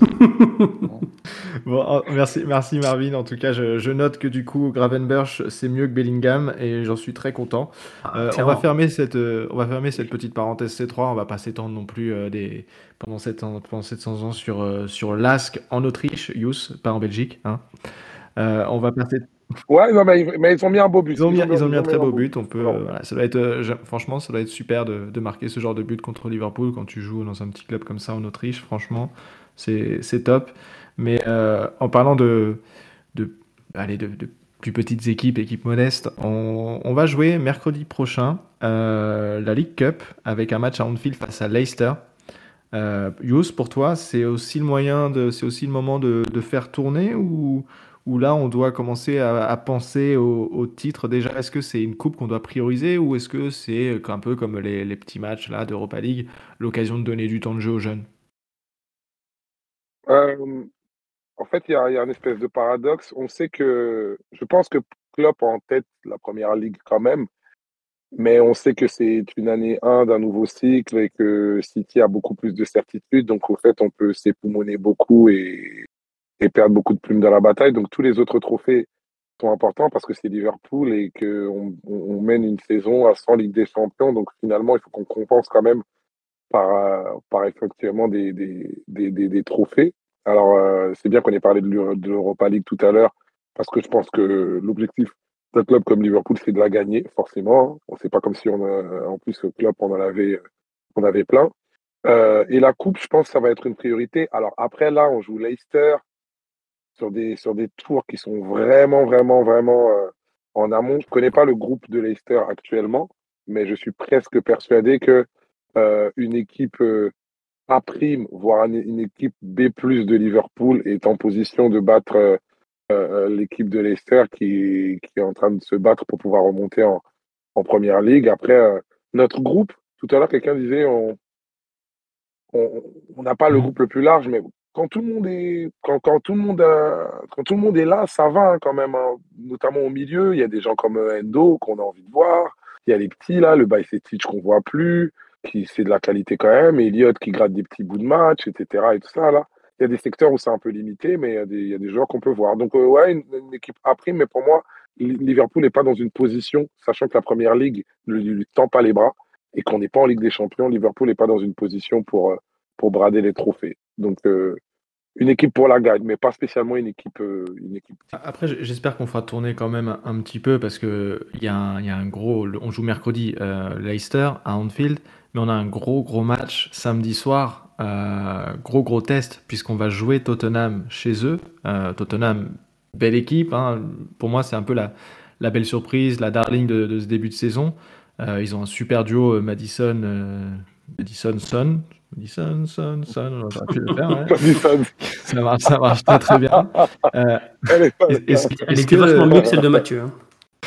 Bon, oh, merci, merci Marvin. En tout cas, je, je note que du coup, Gravenberch, c'est mieux que Bellingham et j'en suis très content. Ah, Euh, on va clairement. fermer cette, euh, on va fermer cette petite parenthèse C trois. On va pas s'étendre non plus euh, des, pendant sept ans, pendant sept cents ans sur, euh, sur l'A S K en Autriche, Jus, pas en Belgique, hein. Euh, on va passer. Ouais, non, mais, ils- mais ils ont mis un beau but. Ils ont mis, ils ont mis un mis très beau beau but. On peut, Alors, euh, voilà, ça doit être, euh, je- franchement, ça doit être super de, de marquer ce genre de but contre Liverpool quand tu joues dans un petit club comme ça en Autriche. Franchement, c'est, c'est top. Mais euh, en parlant de, de, allez, de, de plus petites équipes, équipes modestes, on, on va jouer mercredi prochain euh, la League Cup avec un match à Anfield face à Leicester. Euh, Yous, pour toi, c'est aussi le moyen de, c'est aussi le moment de, de faire tourner ou, ou là on doit commencer à, à penser au, au titre déjà? Est-ce que c'est une coupe qu'on doit prioriser ou est-ce que c'est un peu comme les, les petits matchs là d'Europa League, l'occasion de donner du temps de jeu aux jeunes? euh, en fait, il y a, il y a une espèce de paradoxe. On sait que, je pense que Klopp a en tête la première ligue quand même, mais on sait que c'est une année un d'un nouveau cycle et que City a beaucoup plus de certitude. Donc, au fait, on peut s'époumoner beaucoup et, et perdre beaucoup de plumes dans la bataille. Donc, tous les autres trophées sont importants parce que c'est Liverpool et qu'on on, on mène une saison à cent Ligue des Champions. Donc, finalement, il faut qu'on compense quand même par, euh, par effectivement des, des, des, des, des trophées. Alors, euh, c'est bien qu'on ait parlé de l'Euro- de l'Europa League tout à l'heure, parce que je pense que l'objectif d'un club comme Liverpool, c'est de la gagner, forcément. On sait pas comme si on a, en plus, le club, on en avait, on avait plein. Euh, et la coupe, je pense que ça va être une priorité. Alors après, là, on joue Leicester sur des, sur des tours qui sont vraiment, vraiment, vraiment euh, en amont. Je connais pas le groupe de Leicester actuellement, mais je suis presque persuadé que euh, une équipe euh, A prime, voire une, une équipe B plus de Liverpool est en position de battre euh, euh, l'équipe de Leicester qui, qui est en train de se battre pour pouvoir remonter en, en première ligue. Après, euh, notre groupe, tout à l'heure, quelqu'un disait on on on n'a pas le Mhm. groupe le plus large, mais quand tout le monde est, quand, quand tout le monde, euh, quand tout le monde est là, ça va hein, quand même, hein. Notamment au milieu. Il y a des gens comme euh, Endo qu'on a envie de voir. Il y a les petits là, le Bajcetic qu'on voit plus, qui c'est de la qualité quand même. Et Elliott qui gratte des petits bouts de match, et cetera. Et tout ça là. Il y a des secteurs où c'est un peu limité, mais il y a des, il y a des joueurs qu'on peut voir. Donc euh, ouais, une, une équipe A prime, mais pour moi, Liverpool n'est pas dans une position, sachant que la première ligue ne lui, lui tend pas les bras et qu'on n'est pas en Ligue des Champions. Liverpool n'est pas dans une position pour euh, pour brader les trophées. Donc, euh, une équipe pour la gagne, mais pas spécialement une équipe. euh, une équipe. Après, j- j'espère qu'on fera tourner quand même un, un petit peu parce que il y a un, il y a un gros. le- On joue mercredi euh, Leicester à Anfield, mais on a un gros gros match samedi soir. euh, gros gros test puisqu'on va jouer Tottenham chez eux. Euh, Tottenham, belle équipe, hein. Pour moi, c'est un peu la, la belle surprise, la darling de, de ce début de saison. Euh, ils ont un super duo euh, Madison, euh, Madison Son. Madison Son, Son, j'aurais pu le faire, ouais. Madison, Ça marche, ça marche très très bien. Euh, elle est pas- est-ce, Elle est-ce était que, vachement mieux que celle de Mathieu. hein.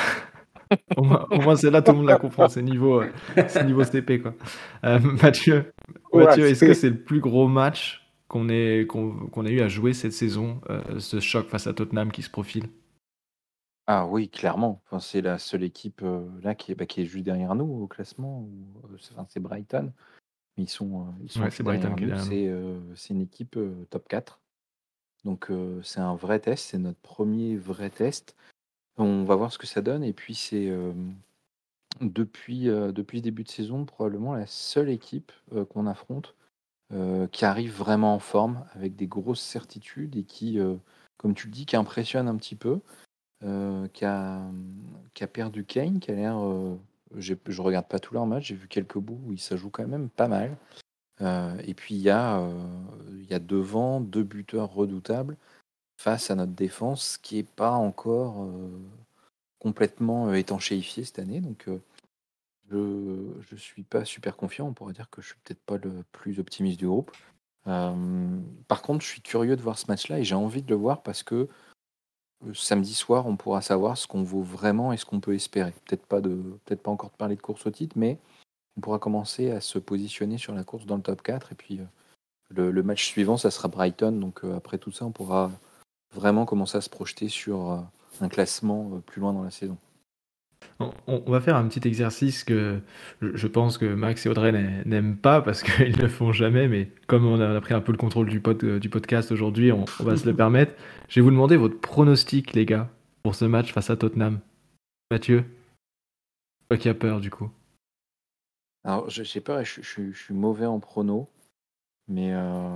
au moins, au moins, celle-là, tout le monde la comprend. C'est niveau, euh, c'est niveau C P, quoi. Euh, Mathieu, Ouais, Mathieu, est-ce que c'est- c'est le plus gros match qu'on ait, qu'on, qu'on ait eu à jouer cette saison, euh, ce choc face à Tottenham qui se profile? Ah oui, clairement. Enfin, c'est la seule équipe euh, là qui est, bah, qui est juste derrière nous au classement. ou- euh, c'est enfin, c'est Brighton. Mais ils sont, euh, ils sont Ouais, juste c'est Brighton derrière qui est nous. derrière nous. C'est euh, c'est une équipe euh, top quatre. Donc euh, c'est un vrai test. C'est notre premier vrai test. On va voir ce que ça donne. Et puis c'est euh, depuis, euh, depuis ce début de saison probablement la seule équipe euh, qu'on affronte euh, qui arrive vraiment en forme avec des grosses certitudes et qui, euh, comme tu le dis, qui impressionne un petit peu. euh, qui a, qui a perdu Kane, qui a l'air. Euh, j'ai- je regarde pas tous leurs matchs, j'ai vu quelques bouts où il ça joue quand même pas mal. Euh, et puis il y, a, euh, il y a devant deux buteurs redoutables face à notre défense qui est pas encore euh, complètement euh, étanchéifiée cette année. Donc euh, je je suis pas super confiant. On pourrait dire que je suis peut-être pas le plus optimiste du groupe. Euh, par contre, je suis curieux de voir ce match-là et j'ai envie de le voir parce que euh, samedi soir, on pourra savoir ce qu'on vaut vraiment et ce qu'on peut espérer. Peut-être pas de, peut-être pas encore de parler de course au titre, mais on pourra commencer à se positionner sur la course dans le top quatre. Et puis euh, le, le match suivant, ça sera Brighton. Donc euh, après tout ça, on pourra vraiment commencer à se projeter sur euh, un classement euh, plus loin dans la saison. On, on va faire un petit exercice que je je pense que Max et Audrey n'a- n'aiment pas parce qu'ils ne le font jamais, mais comme on a, on a pris un peu le contrôle du, pod- euh, du podcast aujourd'hui, on, on va se le permettre. Je vais vous demander votre pronostic, les gars, pour ce match face à Tottenham. Mathieu, toi qui as peur du coup. Alors je- j'ai peur, et je, je- je suis mauvais en prono, mais euh,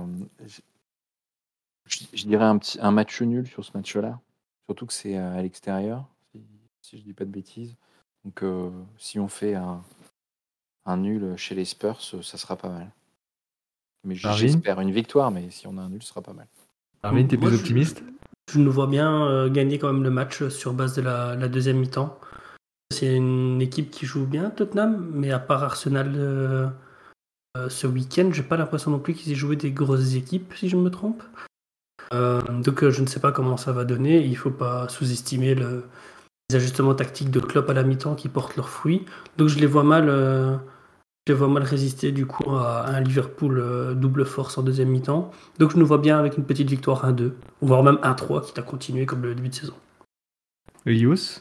je, je dirais un petit un match nul sur ce match-là. Surtout que c'est à l'extérieur, si, si je dis pas de bêtises. Donc euh, si on fait un Un nul chez les Spurs, ça sera pas mal. Mais j- Marvin, j'espère une victoire, mais si on a un nul, ce sera pas mal. Marvin, t'es Moi, plus je, optimiste? je nous vois bien euh, gagner quand même le match sur base de la, la deuxième mi-temps. C'est une équipe qui joue bien, Tottenham, mais à part Arsenal euh, euh, ce week-end, j'ai pas l'impression non plus qu'ils aient joué des grosses équipes, si je me trompe. Euh, donc euh, je ne sais pas comment ça va donner. Il faut pas sous-estimer le, les ajustements tactiques de Klopp à la mi-temps qui portent leurs fruits. Donc je les vois mal, euh, je les vois mal résister du coup à un Liverpool euh, double force en deuxième mi-temps. Donc je nous vois bien avec une petite victoire un deux, voire même un trois qui t'a continué comme le début de saison. Yous?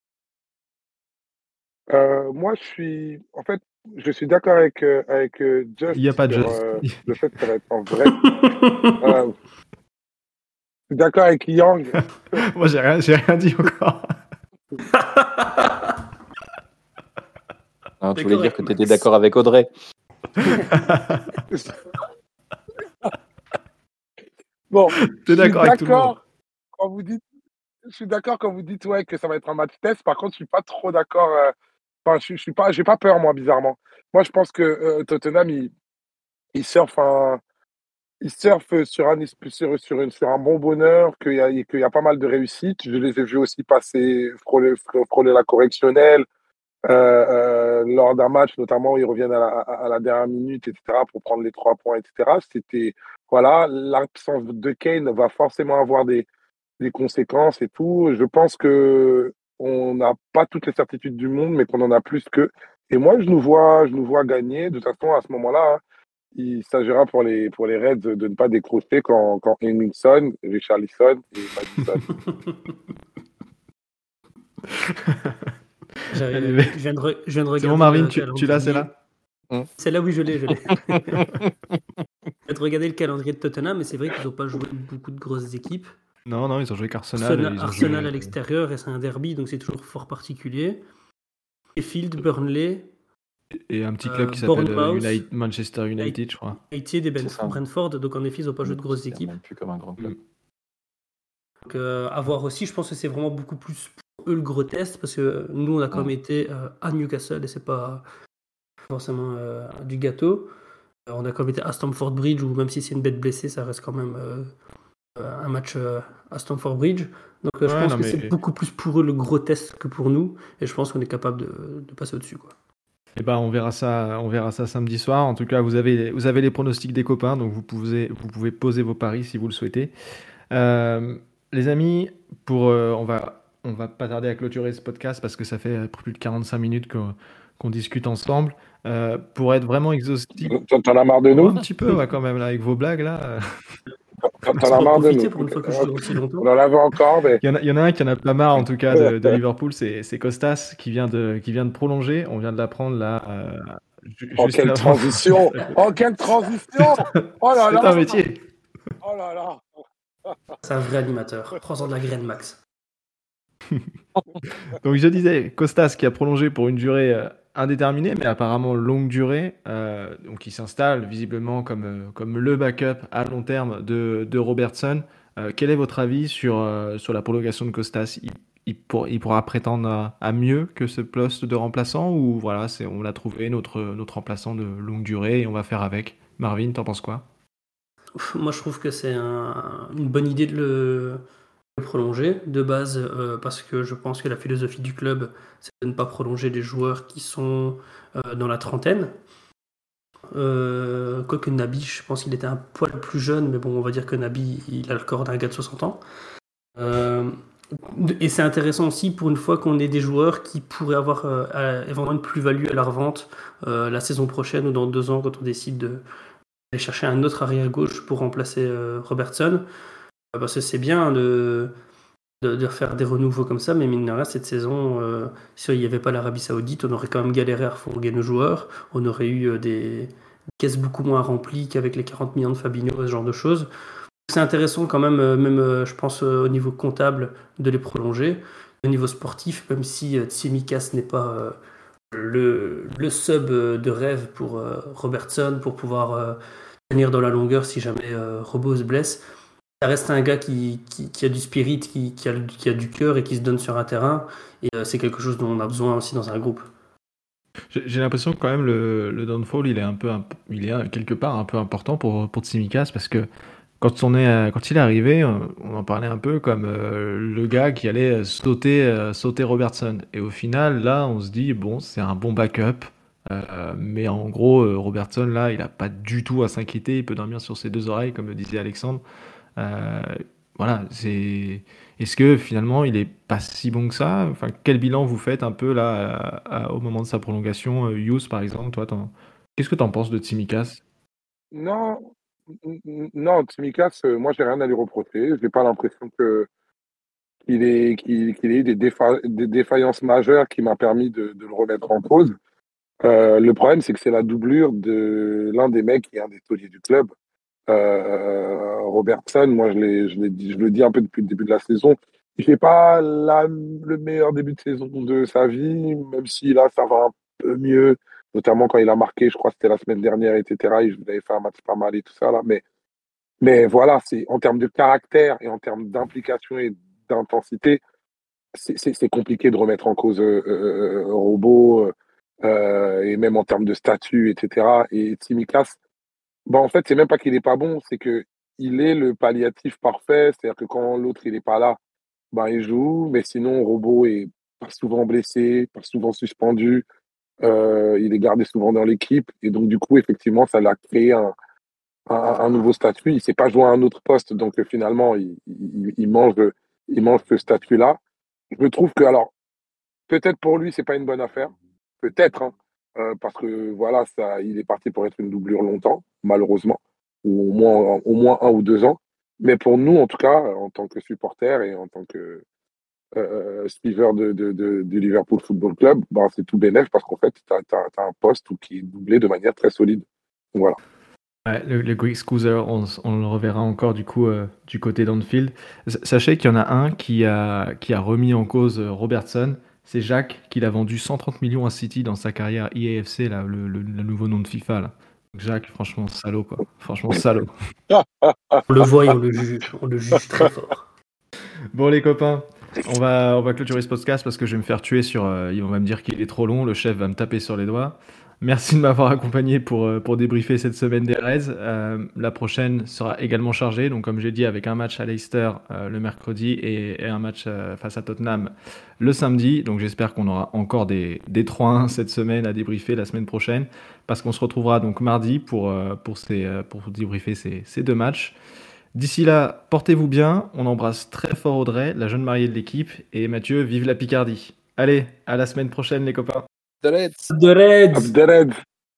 Euh, moi, je suis, en fait, je suis d'accord avec, euh, avec euh, Il Just n'y a pas de sur just. euh, le fait que ça va être en vrai. Euh, je suis d'accord avec Yang. Moi, j'ai rien, j'ai rien dit encore. Hein, tu D'accord voulais dire avec que tu Max. étais d'accord avec Audrey. Bon, je T'es suis d'accord avec tout le monde? d'accord quand vous dites, je suis d'accord quand vous dites ouais que ça va être un match test. Par contre, je suis pas trop d'accord. euh, Enfin, je, je suis pas, j'ai pas peur moi, bizarrement. Moi, je pense que euh, Tottenham, il, il surfe un, il surfe sur un, sur, sur, une- sur un bon bonheur, qu'il y a, qu'il y a pas mal de réussites. Je les ai vus aussi passer, frôler, frôler la correctionnelle euh, euh, lors d'un match, notamment où ils reviennent à la, à à la dernière minute, et cetera, pour prendre les trois points, et cetera. C'était, voilà, l'absence de Kane va forcément avoir des, des conséquences et tout. Je pense que on n'a pas toutes les certitudes du monde, mais qu'on en a plus qu'eux. Et moi, je nous vois, je nous vois gagner. De toute façon, à ce moment-là, hein, il s'agira pour les, pour les Reds de, de ne pas décrocher quand, quand Hemmingson, Richarlison et Madison. J'arrive- Allez, mais- je, viens de re- je viens de C'est bon, regarder Marvin, le tu, tu l'as, c'est là? Celle-là, oui, je l'ai, je l'ai. Je viens de regarder le calendrier de Tottenham, et c'est vrai qu'ils n'ont pas joué beaucoup de grosses équipes. Non, non, ils ont joué qu'Arsenal. Arsenal, Ils ont Arsenal joué... à l'extérieur, et c'est un derby, donc c'est toujours fort particulier. Sheffield, Burnley, Et un petit Euh, club qui s'appelle euh, Bournemouth, United- Manchester United, je crois. United et Ben- C'est ça. Brentford, donc en effet, ils n'ont pas joué de grosses C'est équipes. même plus comme un grand club. Mm. Donc, euh, à voir aussi, je pense que c'est vraiment beaucoup plus pour eux le gros test, parce que nous, on a quand même Mm. été euh, à Newcastle, et c'est pas forcément euh, du gâteau. Euh, on a quand même été à Stamford Bridge, où même si c'est une bête blessée, ça reste quand même euh, euh, un match euh, à Stamford Bridge. Donc euh, je Ouais, pense non, que mais- c'est beaucoup plus pour eux le gros test que pour nous, et je pense qu'on est capable de, de passer au-dessus, quoi. Eh ben, on verra ça, on verra ça samedi soir. En tout cas, vous avez, vous avez les pronostics des copains, donc vous pouvez, vous pouvez poser vos paris si vous le souhaitez. Euh, les amis, pour, euh, on va, on va pas tarder à clôturer ce podcast parce que ça fait plus de quarante-cinq minutes qu'on qu'on discute ensemble. Euh, pour être vraiment exhaustif, T'en t'en as marre de un nous? petit peu, ouais, quand même, là, avec vos blagues, là. T'en Merci t'en as pour marre de profiter nous? pour une fois que je Ok. joue aussi longtemps. On en avait encore, mais Il y en a, il y en a un qui en a pas marre, en tout cas, de, de Liverpool, c'est c'est Costas qui vient, de, qui vient de prolonger. On vient de l'apprendre là, euh, ju- oh, juste quelle avant. transition! Oh, quelle transition! Oh là C'est un là! métier. Oh là là! C'est un vrai animateur. Prends-en de la graine, Max. Donc je disais, Costas qui a prolongé pour une durée euh, indéterminée, mais apparemment longue durée, euh, donc il s'installe visiblement comme, euh, comme le backup à long terme de, de Robertson. Euh, quel est votre avis sur, euh, sur la prolongation de Costas? Il, il, pour- il pourra prétendre à, à mieux que ce poste de remplaçant ou voilà, c'est, on l'a trouvé notre, notre remplaçant de longue durée et on va faire avec. Marvin, t'en penses quoi? Pff, Moi, je trouve que c'est un- une bonne idée de le, le prolonger, de base, euh, parce que je pense que la philosophie du club, c'est de ne pas prolonger des joueurs qui sont euh, dans la trentaine. Euh, quoique Naby, je pense qu'il était un poil plus jeune, mais bon, on va dire que Naby, il a le corps d'un gars de soixante ans. Euh, et c'est intéressant aussi pour une fois qu'on ait des joueurs qui pourraient avoir euh, à- éventuellement une plus-value à la revente euh, la saison prochaine ou dans deux ans quand on décide de aller chercher un autre arrière-gauche pour remplacer euh, Robertson. Euh, Parce que c'est bien de, de, de faire des renouveaux comme ça, mais mine de rien, cette saison, euh, si il n'y avait pas l'Arabie Saoudite, on aurait quand même galéré à refourguer nos joueurs. On aurait eu euh, des caisses beaucoup moins remplies qu'avec les quarante millions de Fabinho, ce genre de choses. C'est intéressant quand même, euh, même euh, je pense euh, au niveau comptable, de les prolonger. Au niveau sportif, même si euh, Tsimikas n'est pas euh, le, le sub euh, de rêve pour euh, Robertson, pour pouvoir euh, tenir dans la longueur si jamais euh, Robbo se blesse, ça reste un gars qui, qui, qui a du spirit, qui, qui, a, qui a du cœur et qui se donne sur un terrain. Et euh, c'est quelque chose dont on a besoin aussi dans un groupe. J'ai j'ai l'impression que quand même le, le downfall il est un peu imp- il est euh, quelque part un peu important pour pour Tsimikas parce que quand on est euh, quand il est arrivé euh, on en parlait un peu comme euh, le gars qui allait sauter euh, sauter Robertson et au final là on se dit bon c'est un bon backup euh, mais en gros euh, Robertson là il a pas du tout à s'inquiéter, il peut dormir sur ses deux oreilles comme le disait Alexandre. Euh, voilà, c'est. Est-ce que finalement il est pas si bon que ça? Enfin, quel bilan vous faites un peu là à- à- au moment de sa prolongation? Euh, Yous, par exemple, toi, t'en- qu'est-ce que tu en penses de Tsimikas? Non, n- n- non, Tsimikas, euh, moi j'ai rien à lui reprocher. J'ai pas l'impression que qu'il ait, qu'il, qu'il ait eu des, défa- des défaillances majeures qui m'a permis de, de le remettre en cause. Euh, le problème, c'est que c'est la doublure de l'un des mecs qui est un des tauliers du club. Euh, Robertson, moi je l'ai, je l'ai dit, je le dis un peu depuis le début de la saison. Il fait pas la, le meilleur début de saison de sa vie, même si là ça va un peu mieux, notamment quand il a marqué, je crois que c'était la semaine dernière, et cetera. Il avait fait un match pas mal et tout ça là, mais mais voilà, c'est en termes de caractère et en termes d'implication et d'intensité, c'est c'est- c'est compliqué de remettre en cause euh, euh, euh, Robbo euh, et même en termes de statut, et cetera. Et Tsimikas, bon, en fait, c'est même pas qu'il est pas bon, c'est que il est le palliatif parfait. C'est-à-dire que quand l'autre il est pas là, ben il joue, mais sinon Robbo est pas souvent blessé, pas souvent suspendu. Euh, il est gardé souvent dans l'équipe et donc du coup effectivement ça l'a créé un, un, un nouveau statut. Il sait pas jouer à un autre poste, donc euh, finalement il, il, il mange il mange ce statut-là. Je trouve que alors peut-être pour lui c'est pas une bonne affaire, peut-être, hein, euh, parce que voilà ça, il est parti pour être une doublure longtemps, malheureusement, ou au moins au moins un ou deux ans. Mais pour nous en tout cas, en tant que supporters et en tant que euh, suiveur de, de, de, du Liverpool Football Club, ben, c'est tout bénef parce qu'en fait, tu as, un poste qui est doublé de manière très solide. Donc, voilà. Ouais, le, le Greek Scooter, on, s- on le reverra encore du coup euh, du côté d'Anfield. S- Sachez qu'il y en a un qui a, qui a remis en cause euh, Robertson, c'est Jacques qui l'a vendu cent trente millions à City dans sa carrière E A F C, là, le, le- le nouveau nom de FIFA. Là. Donc Jacques, franchement, salaud, quoi. Franchement, salaud. On le voit et on le juge, on le juge très fort. Bon, les copains, on va, on va clôturer ce podcast parce que je vais me faire tuer sur. Euh, il va me dire qu'il est trop long, le chef va me taper sur les doigts. Merci de m'avoir accompagné pour, euh, pour débriefer cette semaine des Reds. Euh, la prochaine sera également chargée, donc comme j'ai dit, avec un match à Leicester euh, le mercredi et, et un match euh, face à Tottenham le samedi. Donc j'espère qu'on aura encore des, des trois un cette semaine à débriefer la semaine prochaine, parce qu'on se retrouvera donc mardi pour, euh, pour, ces, euh, pour débriefer ces, ces deux matchs. D'ici là, portez-vous bien. On embrasse très fort Audrey, la jeune mariée de l'équipe, et Mathieu, vive la Picardie. Allez, à la semaine prochaine les copains. The Reds. The Reds! Up the Reds.